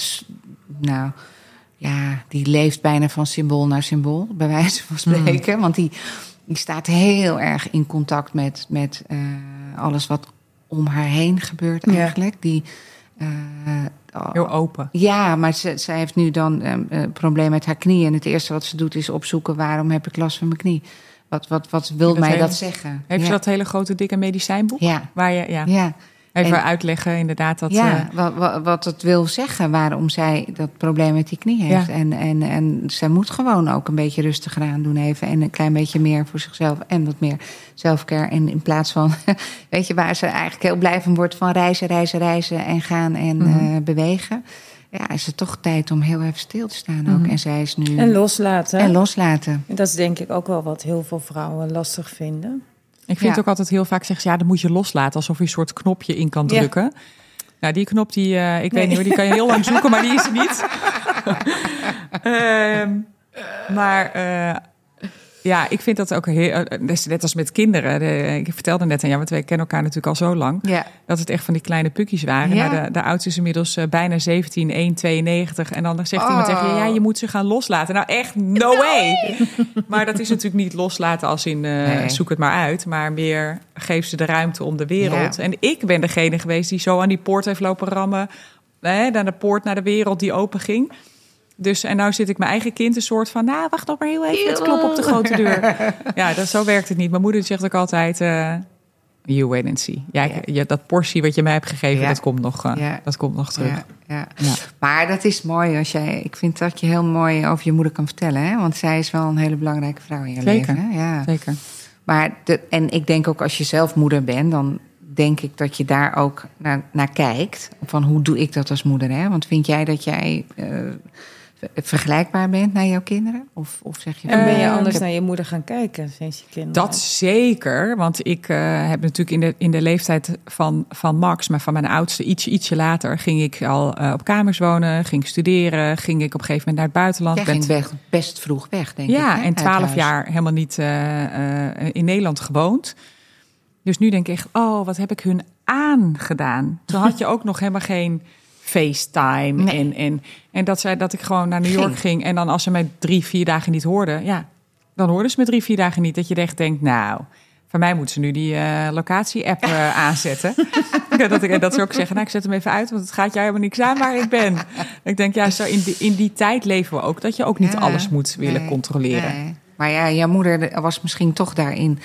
leeft bijna van symbool naar symbool, bij wijze van spreken. Want die staat heel erg in contact met alles wat om haar heen gebeurt eigenlijk. Die heel open. Ja, maar zij heeft nu dan een probleem met haar knie. En het eerste wat ze doet is opzoeken, waarom heb ik last van mijn knie? Wat wil mij dat zeggen? Heeft ze dat hele grote dikke medicijnboek? Ja. Waar je, Even uitleggen inderdaad dat... Ja, wat het wil zeggen, waarom zij dat probleem met die knie heeft. Ja. En zij moet gewoon ook een beetje rustiger aan doen even. En een klein beetje meer voor zichzelf en wat meer selfcare. En in plaats van, weet je, waar ze eigenlijk heel blij van wordt van reizen en gaan en bewegen. Ja, is het toch tijd om heel even stil te staan ook. En zij is nu... En loslaten. En loslaten. En dat is denk ik ook wel wat heel veel vrouwen lastig vinden. Ik vind ook altijd heel vaak zeggen ze, ja, dan moet je loslaten. Alsof je een soort knopje in kan drukken. Ja. Nou, die knop, ik weet niet hoor, die kan je heel lang zoeken, maar die is er niet. Ja, ik vind dat ook heel... Net als met kinderen. Ik vertelde net aan jou, want wij kennen elkaar natuurlijk al zo lang. Ja. Dat het echt van die kleine pukkies waren. Ja. Nou, de oudste is inmiddels bijna 17, 1,92. En dan zegt iemand tegen je, ja, je moet ze gaan loslaten. Nou, echt, no way! Maar dat is natuurlijk niet loslaten als in zoek het maar uit. Maar meer geef ze de ruimte om de wereld. Ja. En ik ben degene geweest die zo aan die poort heeft lopen rammen. Naar de poort naar de wereld die open ging. Dus, en nou zit ik mijn eigen kind een soort van... nou, wacht nog maar heel even met kloppen op de grote deur. Ja, zo werkt het niet. Mijn moeder zegt ook altijd... you wait and see. Ja, dat portie wat je mij hebt gegeven, dat komt nog terug. Ja. Maar dat is mooi als jij... Ik vind dat je heel mooi over je moeder kan vertellen. Hè? Want zij is wel een hele belangrijke vrouw in je leven. Hè? Ja. Zeker. Maar en ik denk ook als je zelf moeder bent... dan denk ik dat je daar ook naar kijkt. Van hoe doe ik dat als moeder? Hè? Want vind jij dat jij... vergelijkbaar bent naar jouw kinderen? Of zeg je... En ben je anders naar je moeder gaan kijken sinds je kinderen? Dat zeker, want ik heb natuurlijk in de leeftijd van Max... maar van mijn oudste ietsje later... ging ik al op kamers wonen, ging studeren... ging ik op een gegeven moment naar het buitenland. Jij ging best vroeg weg, denk ik. Ja, en 12 jaar helemaal niet in Nederland gewoond. Dus nu denk ik echt, wat heb ik hun aangedaan? Toen had je ook nog helemaal geen... FaceTime. Nee. En dat ik gewoon naar New York ging. En dan als ze mij 3-4 dagen niet hoorden... ja, dan hoorden ze me 3-4 dagen niet. Dat je echt denkt, nou... voor mij moeten ze nu die locatie-app aanzetten. dat ze ook zeggen, nou, ik zet hem even uit... want het gaat jou helemaal niks aan waar ik ben. Ik denk, ja, zo in die tijd leven we ook... dat je ook niet alles moet willen controleren. Nee. Maar ja, jouw moeder was misschien toch daarin...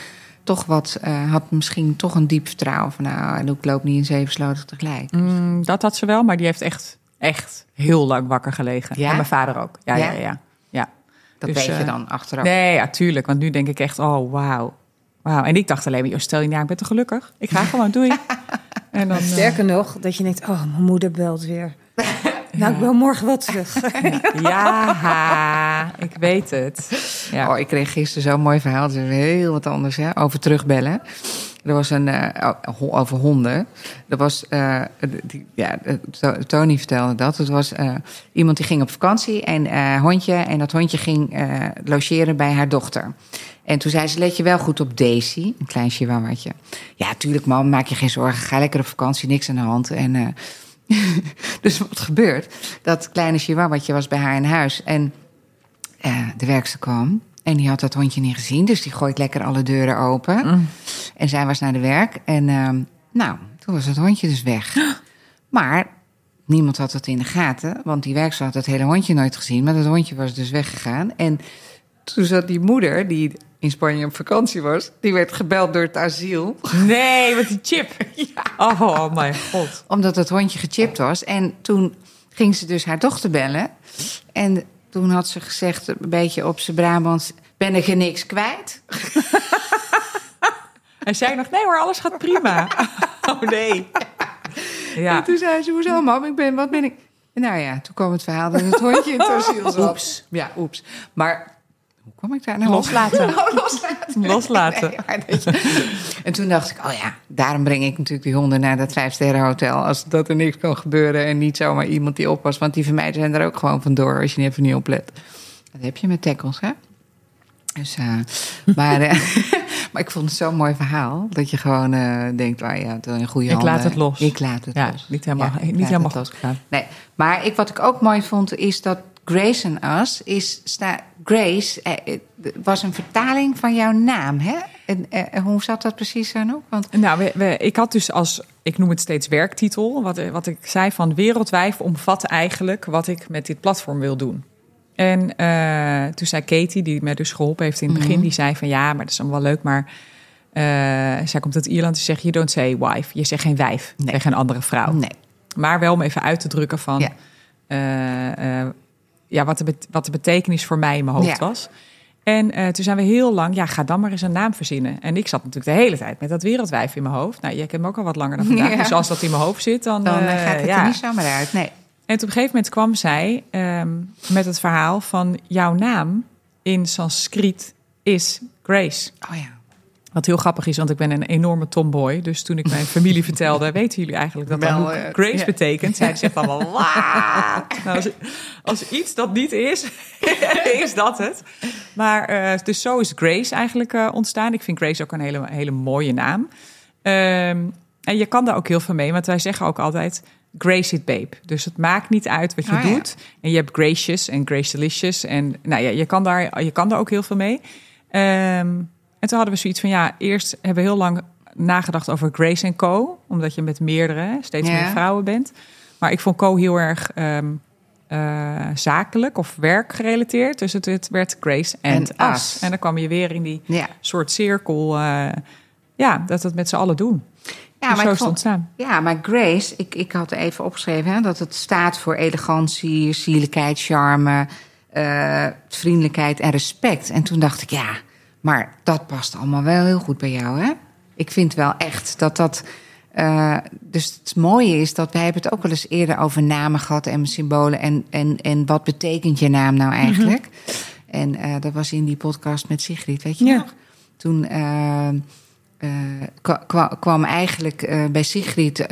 had misschien toch een diep vertrouwen van... nou, ik loop niet in 7 sloten tegelijk. Dat had ze wel, maar die heeft echt heel lang wakker gelegen. Ja? En mijn vader ook. Ja. Dat dus, weet je dan achteraf? Nee, ja, tuurlijk. Want nu denk ik echt, wauw. En ik dacht alleen maar, stel je nou, ik ben toch gelukkig? Ik ga gewoon, doei. En dan, sterker nog, dat je denkt, mijn moeder belt weer. Nou, ik ben morgen wel terug. Ja, ik weet het. Ja. Ik kreeg gisteren zo'n mooi verhaal. Het is heel wat anders, hè? Over terugbellen. Er was over honden. Er was, Tony vertelde dat. Het was iemand die ging op vakantie en hondje. En dat hondje ging logeren bij haar dochter. En toen zei ze, let je wel goed op Daisy, een klein chihuahuatje. Ja, tuurlijk mam, maak je geen zorgen. Ga lekker op vakantie, niks aan de hand. En... dus wat gebeurt? Dat kleine chihuahuatje was bij haar in huis. En de werkster kwam. En die had dat hondje niet gezien. Dus die gooit lekker alle deuren open. En zij was naar de werk. En toen was het hondje dus weg. Maar niemand had het in de gaten. Want die werkster had het hele hondje nooit gezien. Maar dat hondje was dus weggegaan. En toen zat die moeder, die in Spanje op vakantie was... die werd gebeld door het asiel. Nee, met die chip. Ja. Oh, mijn god. Omdat het hondje gechipt was. En toen ging ze dus haar dochter bellen. En toen had ze gezegd, een beetje op z'n Brabants... ben ik er niks kwijt? Hij zei nog, nee hoor, alles gaat prima. Oh nee. Ja. En toen zei ze, hoezo mam, wat ben ik... Nou ja, toen kwam het verhaal dat het hondje in het asiel zat. Oeps. Ja, oeps. Maar... hoe kwam ik daar nou? Loslaten. Nee, en toen dacht ik, daarom breng ik natuurlijk die honden naar dat 5-sterrenhotel. Als dat er niks kan gebeuren en niet zomaar iemand die oppast. Want die van mij zijn er ook gewoon vandoor als je even niet oplet. Dat heb je met tackles, hè? Dus, maar ik vond het zo'n mooi verhaal. Dat je gewoon denkt, een goede handen. Ik laat het los. Ik laat het los. Niet helemaal goed gedaan. Nee, maar wat ik ook mooi vond is dat Grace and Us Grace was een vertaling van jouw naam, hè? En hoe zat dat precies dan ook? Want... Nou, ik had dus ik noem het steeds werktitel. Wat ik zei van wereldwijd omvat eigenlijk wat ik met dit platform wil doen. En toen zei Katie, die mij dus geholpen heeft in het begin, die zei van ja, maar dat is allemaal wel leuk, maar Zij komt uit Ierland en zegt, you don't say wife. Je zegt geen wijf tegen een andere vrouw. Nee. Maar wel om even uit te drukken van... wat de betekenis voor mij in mijn hoofd was. En toen zijn we heel lang... ga dan maar eens een naam verzinnen. En ik zat natuurlijk de hele tijd met dat wereldwijf in mijn hoofd. Nou, jij kent me ook al wat langer dan vandaag. Dus als dat in mijn hoofd zit, dan gaat het er niet zomaar uit. Nee. En op een gegeven moment kwam zij met het verhaal van... jouw naam in Sanskriet is Grace. Oh ja. Wat heel grappig is, want ik ben een enorme tomboy. Dus toen ik mijn familie vertelde... weten jullie eigenlijk dat Grace betekent? Zij zegt allemaal... Nou, als iets dat niet is, is dat het. Maar dus zo is Grace eigenlijk ontstaan. Ik vind Grace ook een hele mooie naam. En je kan daar ook heel veel mee. Want wij zeggen ook altijd... Grace it, babe. Dus het maakt niet uit wat je doet. Ja. En je hebt Gracious en Gracelicious. En nou ja, je kan daar ook heel veel mee. En toen hadden we zoiets van, eerst hebben we heel lang nagedacht over Grace & Co. Omdat je met steeds meer vrouwen bent. Maar ik vond Co heel erg zakelijk of werkgerelateerd. Dus het werd Grace & Us. En dan kwam je weer in die soort cirkel. Dat het met z'n allen doen. Ja, dus maar zo is het ontstaan. Ja, maar Grace, ik had even opgeschreven... dat het staat voor elegantie, sierlijkheid, charme... vriendelijkheid en respect. En toen dacht ik, maar dat past allemaal wel heel goed bij jou, hè? Ik vind wel echt dat... dus het mooie is dat wij hebben het ook wel eens eerder over namen gehad... en symbolen en wat betekent je naam nou eigenlijk? Mm-hmm. En dat was in die podcast met Sigrid, weet je nog? Toen kwam eigenlijk bij Sigrid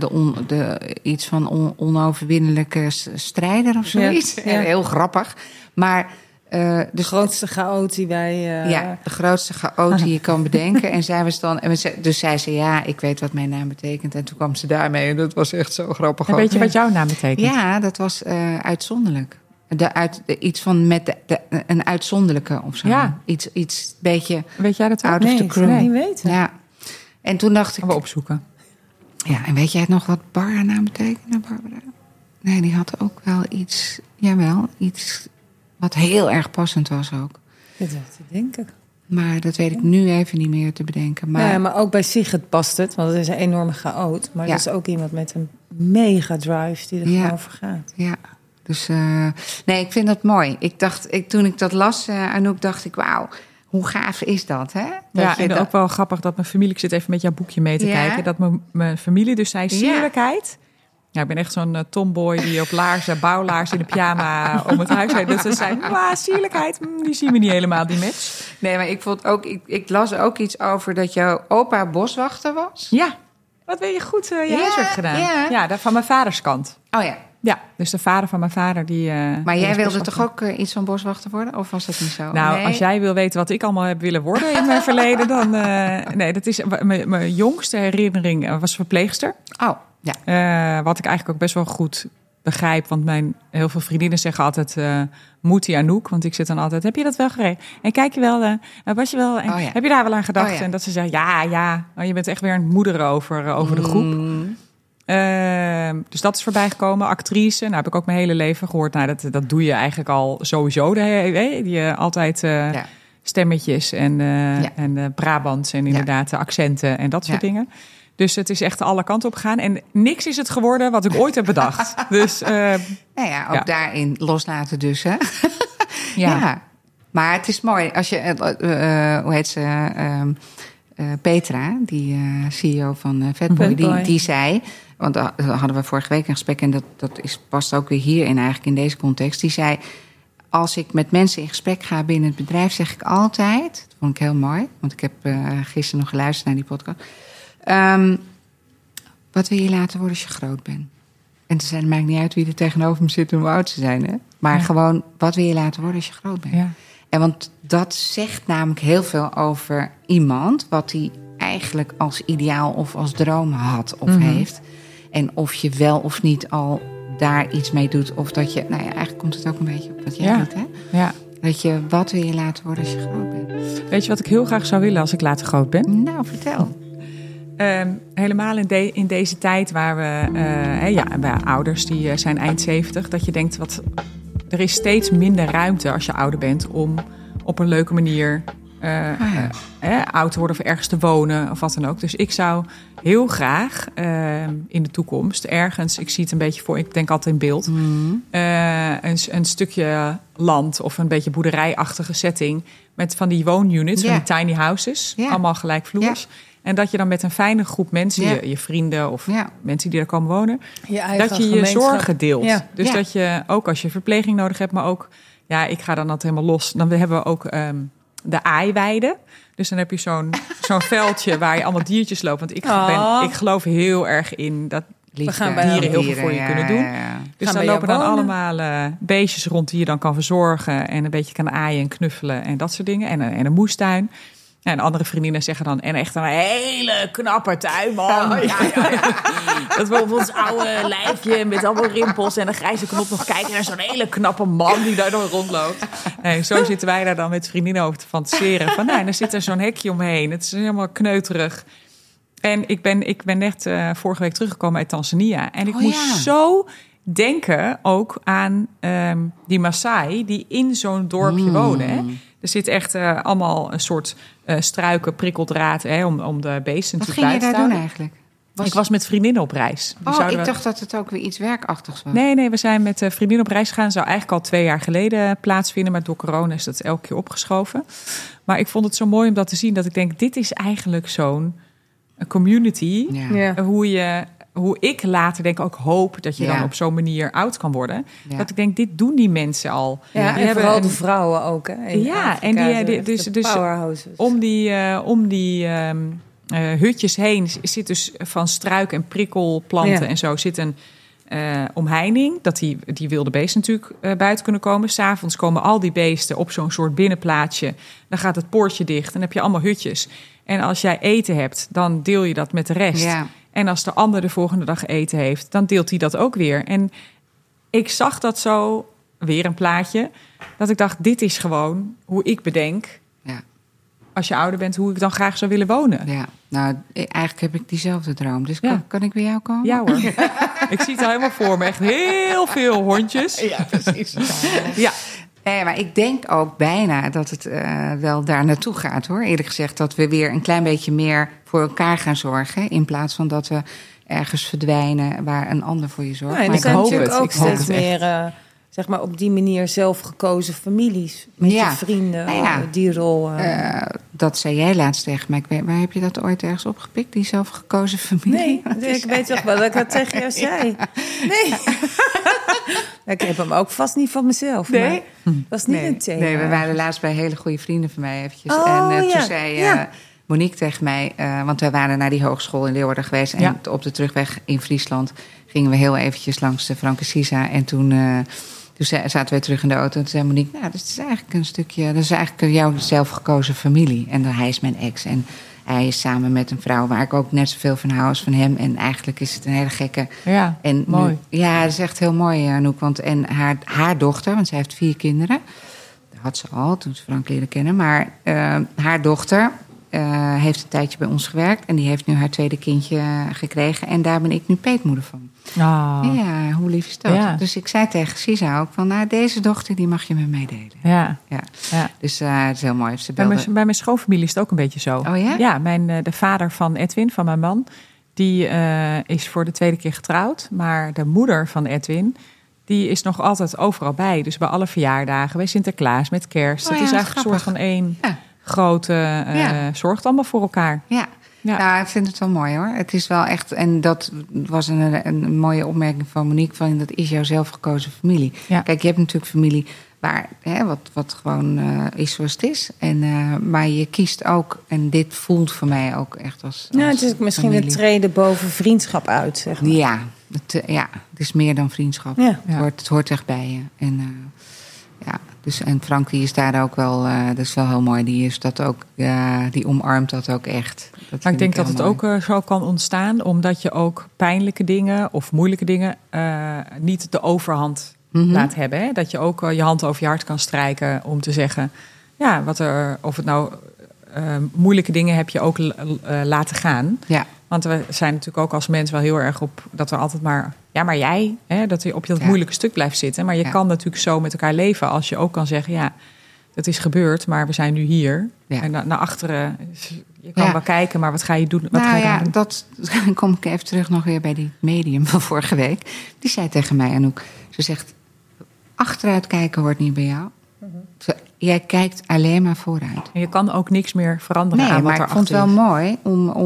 iets van onoverwinnelijke strijder of zoiets. Ja. Heel grappig. Maar... de grootste chaot die wij... de grootste chaot die je kan bedenken. En zij was dan... Dus zij zei, ik weet wat mijn naam betekent. En toen kwam ze daarmee en dat was echt zo grappig. En weet je wat jouw naam betekent? Ja, dat was uitzonderlijk. Iets van met een uitzonderlijke of zo. Ja. Iets beetje... Weet jij dat ook? Out of the crew. Nee, ik niet weten. Ja. En toen dacht ik... Gaan we opzoeken. Ja, en weet jij nog wat Barbara naam betekende, Barbara? Nee, die had ook wel iets... Jawel, iets... Wat heel erg passend was ook. Dat denk ik. Maar dat weet ik nu even niet meer te bedenken. Maar ook bij Sigrid past het. Want het is een enorme chaot. Maar dat is ook iemand met een mega drive die er gewoon voor gaat. Ja, dus ik vind dat mooi. Toen ik dat las, Anouk, dacht ik, wauw, hoe gaaf is dat, hè? Ook wel grappig dat mijn familie... Ik zit even met jouw boekje mee te kijken. Dat mijn familie dus zei sierlijkheid... Ja, ik ben echt zo'n tomboy die op bouwlaarzen in de pyjama om het huis heen. Dus ze zei, sierlijkheid, die zien we niet helemaal, die match. Nee, maar ik vond ook, ik las ook iets over dat jouw opa boswachter was. Ja, wat weet je goed je huiswerk gedaan. Ja, dat van mijn vaders kant. Oh ja. Ja, dus de vader van mijn vader die... maar jij wilde toch ook iets van boswachter worden? Of was dat niet zo? Nou, als jij wil weten wat ik allemaal heb willen worden in mijn verleden, dan... nee, dat is mijn jongste herinnering was verpleegster. Oh. Ja. Wat ik eigenlijk ook best wel goed begrijp. Want heel veel vriendinnen zeggen altijd... Moetie Anouk. Want ik zit dan altijd... Heb je dat wel gereden? En kijk je wel... was je wel... Heb je daar wel aan gedacht? En dat ze zeggen... Ja. Oh, je bent echt weer een moeder over de groep. Dus dat is voorbij gekomen. Actrice. Nou heb ik ook mijn hele leven gehoord. Nou, dat doe je eigenlijk al sowieso. Die altijd... stemmetjes en Brabants. En inderdaad accenten. En dat soort dingen. Dus het is echt alle kanten op gegaan. En niks is het geworden wat ik ooit heb bedacht. Dus, daarin loslaten dus, hè? Ja. Maar het is mooi. Als je, hoe heet ze? Petra, die CEO van Fatboy, die zei... Want daar hadden we vorige week een gesprek... en dat past ook weer hierin eigenlijk in deze context. Die zei... Als ik met mensen in gesprek ga binnen het bedrijf... zeg ik altijd... Dat vond ik heel mooi. Want ik heb gisteren nog geluisterd naar die podcast... wat wil je laten worden als je groot bent? En toen zei, het maakt niet uit wie er tegenover me zit en hoe oud ze zijn. Hè? Maar gewoon, wat wil je laten worden als je groot bent? Ja. En want dat zegt namelijk heel veel over iemand... wat hij eigenlijk als ideaal of als droom had of heeft. En of je wel of niet al daar iets mee doet. Of dat je, eigenlijk komt het ook een beetje op wat jij doet. Hè? Ja. Dat je, wat wil je laten worden als je groot bent? Weet je wat ik heel graag zou willen als ik later groot ben? Nou, vertel. Helemaal in deze tijd waar we... bij ouders die zijn eind 70... dat je denkt, er is steeds minder ruimte als je ouder bent... om op een leuke manier oud te worden of ergens te wonen of wat dan ook. Dus ik zou heel graag in de toekomst ergens, ik zie het een beetje voor, ik denk altijd in beeld, een stukje land of een beetje boerderijachtige setting met van die woonunits, van die tiny houses, allemaal gelijkvloers. Ja. En dat je dan met een fijne groep mensen, je vrienden of mensen die daar komen wonen, dat je je zorgen deelt. Ja. Dus dat je ook als je verpleging nodig hebt, maar ook, ik ga dan altijd helemaal los. Dan hebben we ook de aaiweide. Dus dan heb je zo'n veldje waar je allemaal diertjes loopt. Want ik geloof heel erg in dat dieren heel veel voor je kunnen doen. Ja. Dus dan lopen dan allemaal beestjes rond die je dan kan verzorgen en een beetje kan aaien en knuffelen en dat soort dingen. En een moestuin. En andere vriendinnen zeggen dan, en echt een hele knappe tuinman. Ja. Dat we op ons oude lijfje met allemaal rimpels en een grijze knop nog kijken naar zo'n hele knappe man die daar dan rondloopt. Nee, zo zitten wij daar dan met vriendinnen over te fantaseren. Van, er zit er zo'n hekje omheen. Het is helemaal kneuterig. En ik ben net vorige week teruggekomen uit Tanzania. En ik moest zo denken ook aan die Maasai die in zo'n dorpje wonen. Hè. Er zit echt allemaal een soort struiken, prikkeldraad om de beesten te buiten te houden. Wat ging je daar doen eigenlijk? Ik was met vriendinnen op reis. Ik dacht dat het ook weer iets werkachtigs was. Nee, we zijn met vriendinnen op reis gegaan. Dat zou eigenlijk al 2 jaar geleden plaatsvinden. Maar door corona is dat elke keer opgeschoven. Maar ik vond het zo mooi om dat te zien. Dat ik denk, dit is eigenlijk zo'n community. Ja. Hoe ik later denk ook hoop dat je dan op zo'n manier oud kan worden. Ja. Dat ik denk, dit doen die mensen al. Ja, en vooral de vrouwen ook. Hè, en dus powerhouses. Om die hutjes heen zit dus van struik en prikkelplanten en zo zit een omheining. Dat die wilde beesten natuurlijk buiten kunnen komen. 's Avonds komen al die beesten op zo'n soort binnenplaatsje. Dan gaat het poortje dicht. Dan heb je allemaal hutjes. En als jij eten hebt, dan deel je dat met de rest. Ja. En als de ander de volgende dag eten heeft, dan deelt hij dat ook weer. En ik zag dat zo, weer een plaatje, dat ik dacht, dit is gewoon hoe ik bedenk, als je ouder bent, hoe ik dan graag zou willen wonen. Ja, nou, eigenlijk heb ik diezelfde droom. Dus kan ik bij jou komen? Ja hoor. Ik zie het al helemaal voor me. Echt heel veel hondjes. Ja, precies. Ja. Nee, maar ik denk ook bijna dat het wel daar naartoe gaat, hoor. Eerlijk gezegd dat we weer een klein beetje meer voor elkaar gaan zorgen, in plaats van dat we ergens verdwijnen waar een ander voor je zorgt. Ja, en er zijn natuurlijk ook steeds meer, zeg maar, op die manier zelf gekozen families. Met je vrienden, die rol. Dat zei jij laatst tegen mij. Waar heb je dat ooit ergens opgepikt, die zelfgekozen familie? Nee, ik weet toch wel dat ik dat tegen jou zei. Nee. Ik heb hem ook vast niet van mezelf. Nee? Dat was niet een thema. Nee, we waren laatst bij hele goede vrienden van mij eventjes. Toen zei Monique tegen mij, want wij waren naar die hogeschool in Leeuwarden geweest. En op de terugweg in Friesland gingen we heel eventjes langs de Franke Sisa. En toen zaten wij terug in de auto. En toen zei Monique, dat is eigenlijk een stukje, dat is eigenlijk jouw zelfgekozen familie. En hij is mijn ex. En hij is samen met een vrouw waar ik ook net zoveel van hou als van hem. En eigenlijk is het een hele gekke. Ja, en mooi. Dat is echt heel mooi, Anouk. Want en haar dochter, want zij heeft 4 kinderen. Dat had ze al toen ze Frank leerde kennen. Maar haar dochter heeft een tijdje bij ons gewerkt. En die heeft nu haar 2e kindje gekregen. En daar ben ik nu peetmoeder van. Oh. Ja, hoe lief is dat? Ja. Dus ik zei tegen Sisa ook van, deze dochter die mag je met mij delen. Ja. Dus het is heel mooi. Bij mijn schoonfamilie is het ook een beetje zo. Oh ja? Ja, de vader van Edwin, van mijn man, die is voor de 2e keer getrouwd. Maar de moeder van Edwin, die is nog altijd overal bij. Dus bij alle verjaardagen, bij Sinterklaas, met kerst. Dat is eigenlijk een soort van één grote zorgt allemaal voor elkaar. Ja. Nou, ik vind het wel mooi, hoor. Het is wel echt, en dat was een mooie opmerking van Monique, van dat is jouw zelfgekozen familie. Ja. Kijk, je hebt natuurlijk familie waar wat gewoon is zoals het is. Maar je kiest ook, en dit voelt voor mij ook echt als het is misschien een treden boven vriendschap uit, zeg maar. Ja, het is meer dan vriendschap. Ja. Het hoort echt bij je. En dus, en Frank die is daar ook wel, dat is wel heel mooi. Die is dat ook, die omarmt dat ook echt. Maar ik denk dat het ook zo kan ontstaan, omdat je ook pijnlijke dingen of moeilijke dingen niet de overhand laat hebben. Hè? Dat je ook je hand over je hart kan strijken om te zeggen, of het nou moeilijke dingen heb je ook laten gaan. Ja. Want we zijn natuurlijk ook als mens wel heel erg op dat we altijd maar, maar jij, dat je op dat moeilijke stuk blijft zitten. Maar je kan natuurlijk zo met elkaar leven als je ook kan zeggen, het is gebeurd, maar we zijn nu hier. Ja. En naar achteren, je kan wel kijken, maar wat ga je doen? Dat kom ik even terug nog weer bij die medium van vorige week. Die zei tegen mij, Anouk, ze zegt, achteruit kijken hoort niet bij jou. Jij kijkt alleen maar vooruit. En je kan ook niks meer veranderen aan wat maar erachter ik vond het wel mooi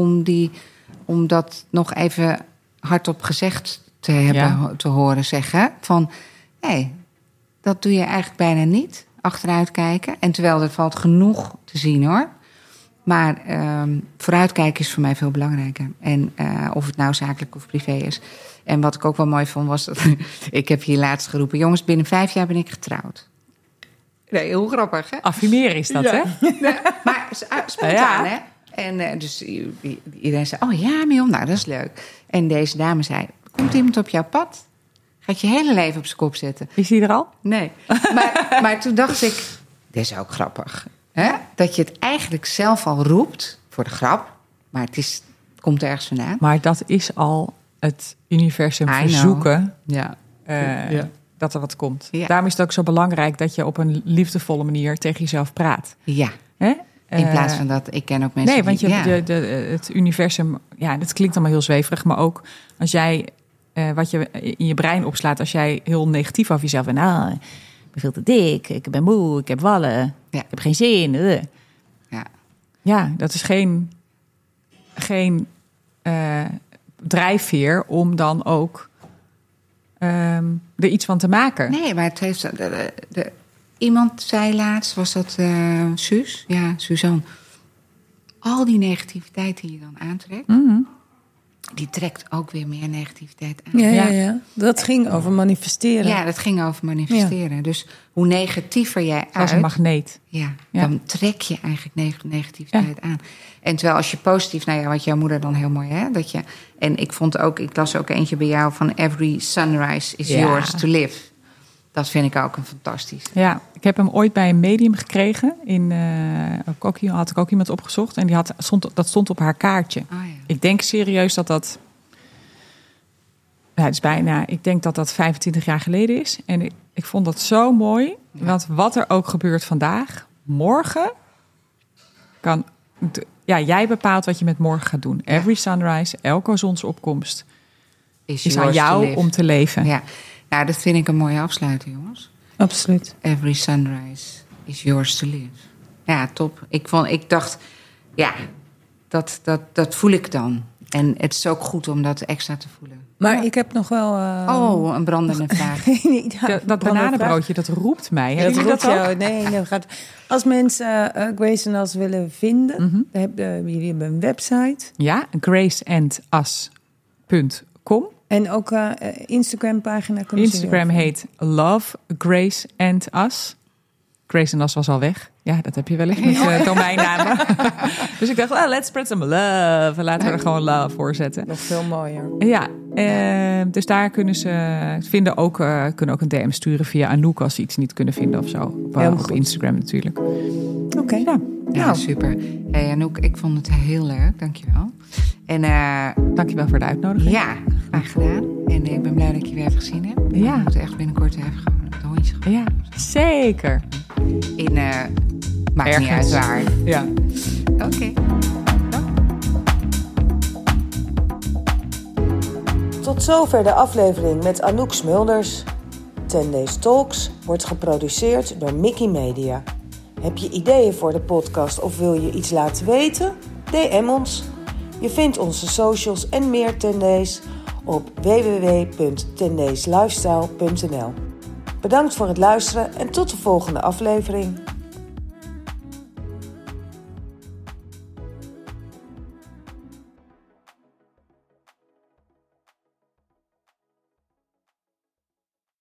om dat nog even hardop gezegd te hebben, te horen zeggen. Van, dat doe je eigenlijk bijna niet, achteruit kijken. En terwijl er valt genoeg te zien, hoor. Maar vooruitkijken is voor mij veel belangrijker. En of het nou zakelijk of privé is. En wat ik ook wel mooi vond was dat ik heb hier laatst geroepen, jongens, binnen 5 jaar ben ik getrouwd. Nee, heel grappig, hè? Affirmeren is dat, hè? Nee, maar spontaan, hè? En dus iedereen zei, oh ja, Mion, nou, dat is leuk. En deze dame zei, komt iemand op jouw pad? Gaat je hele leven op zijn kop zetten. Is die er al? Nee. Maar toen dacht ik, dit is ook grappig. Hè? Dat je het eigenlijk zelf al roept, voor de grap. Maar het komt ergens vandaan. Maar dat is al het universum verzoeken. Ja. Dat er wat komt. Ja. Daarom is het ook zo belangrijk dat je op een liefdevolle manier tegen jezelf praat. Ja. Hè? In plaats van dat, ik ken ook mensen nee, want het universum, dat klinkt allemaal heel zweverig, maar ook als jij wat je in je brein opslaat, als jij heel negatief over jezelf bent, ik ben veel te dik, ik ben moe, ik heb wallen, ik heb geen zin. Ja, dat is geen drijfveer om dan ook er iets van te maken. Nee, maar het heeft iemand zei laatst, was dat Suus? Ja, Suzanne. Al die negativiteit die je dan aantrekt, die trekt ook weer meer negativiteit aan. Ja. Dat ging over manifesteren. Ja, dat ging over manifesteren. Ja. Dus hoe negatiever jij uit... Als een magneet. Ja, dan trek je eigenlijk negativiteit aan. En terwijl als je positief... Nou ja, wat jouw moeder dan heel mooi, hè? Dat je, en ik las ook eentje bij jou van... Every sunrise is yours to live. Dat vind ik ook een fantastisch. Ja, ik heb hem ooit bij een medium gekregen. Had ik ook iemand opgezocht. En dat stond op haar kaartje. Oh, ja. Ik denk serieus dat... het is bijna... Ik denk dat 25 jaar geleden is. En ik vond dat zo mooi. Ja. Want wat er ook gebeurt vandaag... Morgen kan... jij bepaalt wat je met morgen gaat doen. Ja. Every sunrise, elke zonsopkomst... is aan jou om te leven. Ja. Nou, dat vind ik een mooie afsluiting, jongens. Absoluut. Every sunrise is yours to live. Ja, top. Ik dacht, dat voel ik dan. En het is ook goed om dat extra te voelen. Maar ik heb nog wel... een brandende vraag. Dat bananenbroodje, dat roept mij. Ja, dat roept jou. Nee, dat gaat... Als mensen Grace and Us willen vinden... jullie hebben een website. Ja, graceandus.com. En ook Instagram-pagina kunnen Instagram heet Love Grace and Us. Grace and Us was al weg. Ja, dat heb je wel eens met domeinnamen. Dus ik dacht, let's spread some love. Laten we er gewoon love voor zetten. Nog veel mooier. Ja, dus daar kunnen ze kunnen ook een DM sturen via Anouk als ze iets niet kunnen vinden of zo. Op Instagram natuurlijk. Oké. Ja, super. Hey Anouk, ik vond het heel leuk. Dankjewel. En dankjewel voor de uitnodiging. Ja, graag gedaan. En ik ben blij dat ik je weer even gezien heb. Ja. We moeten echt binnenkort even gewoon het hondje gaan. Ja, zeker. Maakt niet uit waar. Ja. Oké. Tot zover de aflevering met Anouk Smulders. 10 Days Talks wordt geproduceerd door Mickey Media. Heb je ideeën voor de podcast of wil je iets laten weten? DM ons. Je vindt onze socials en meer 10 Days op www.10dayslifestyle.nl. Bedankt voor het luisteren en tot de volgende aflevering.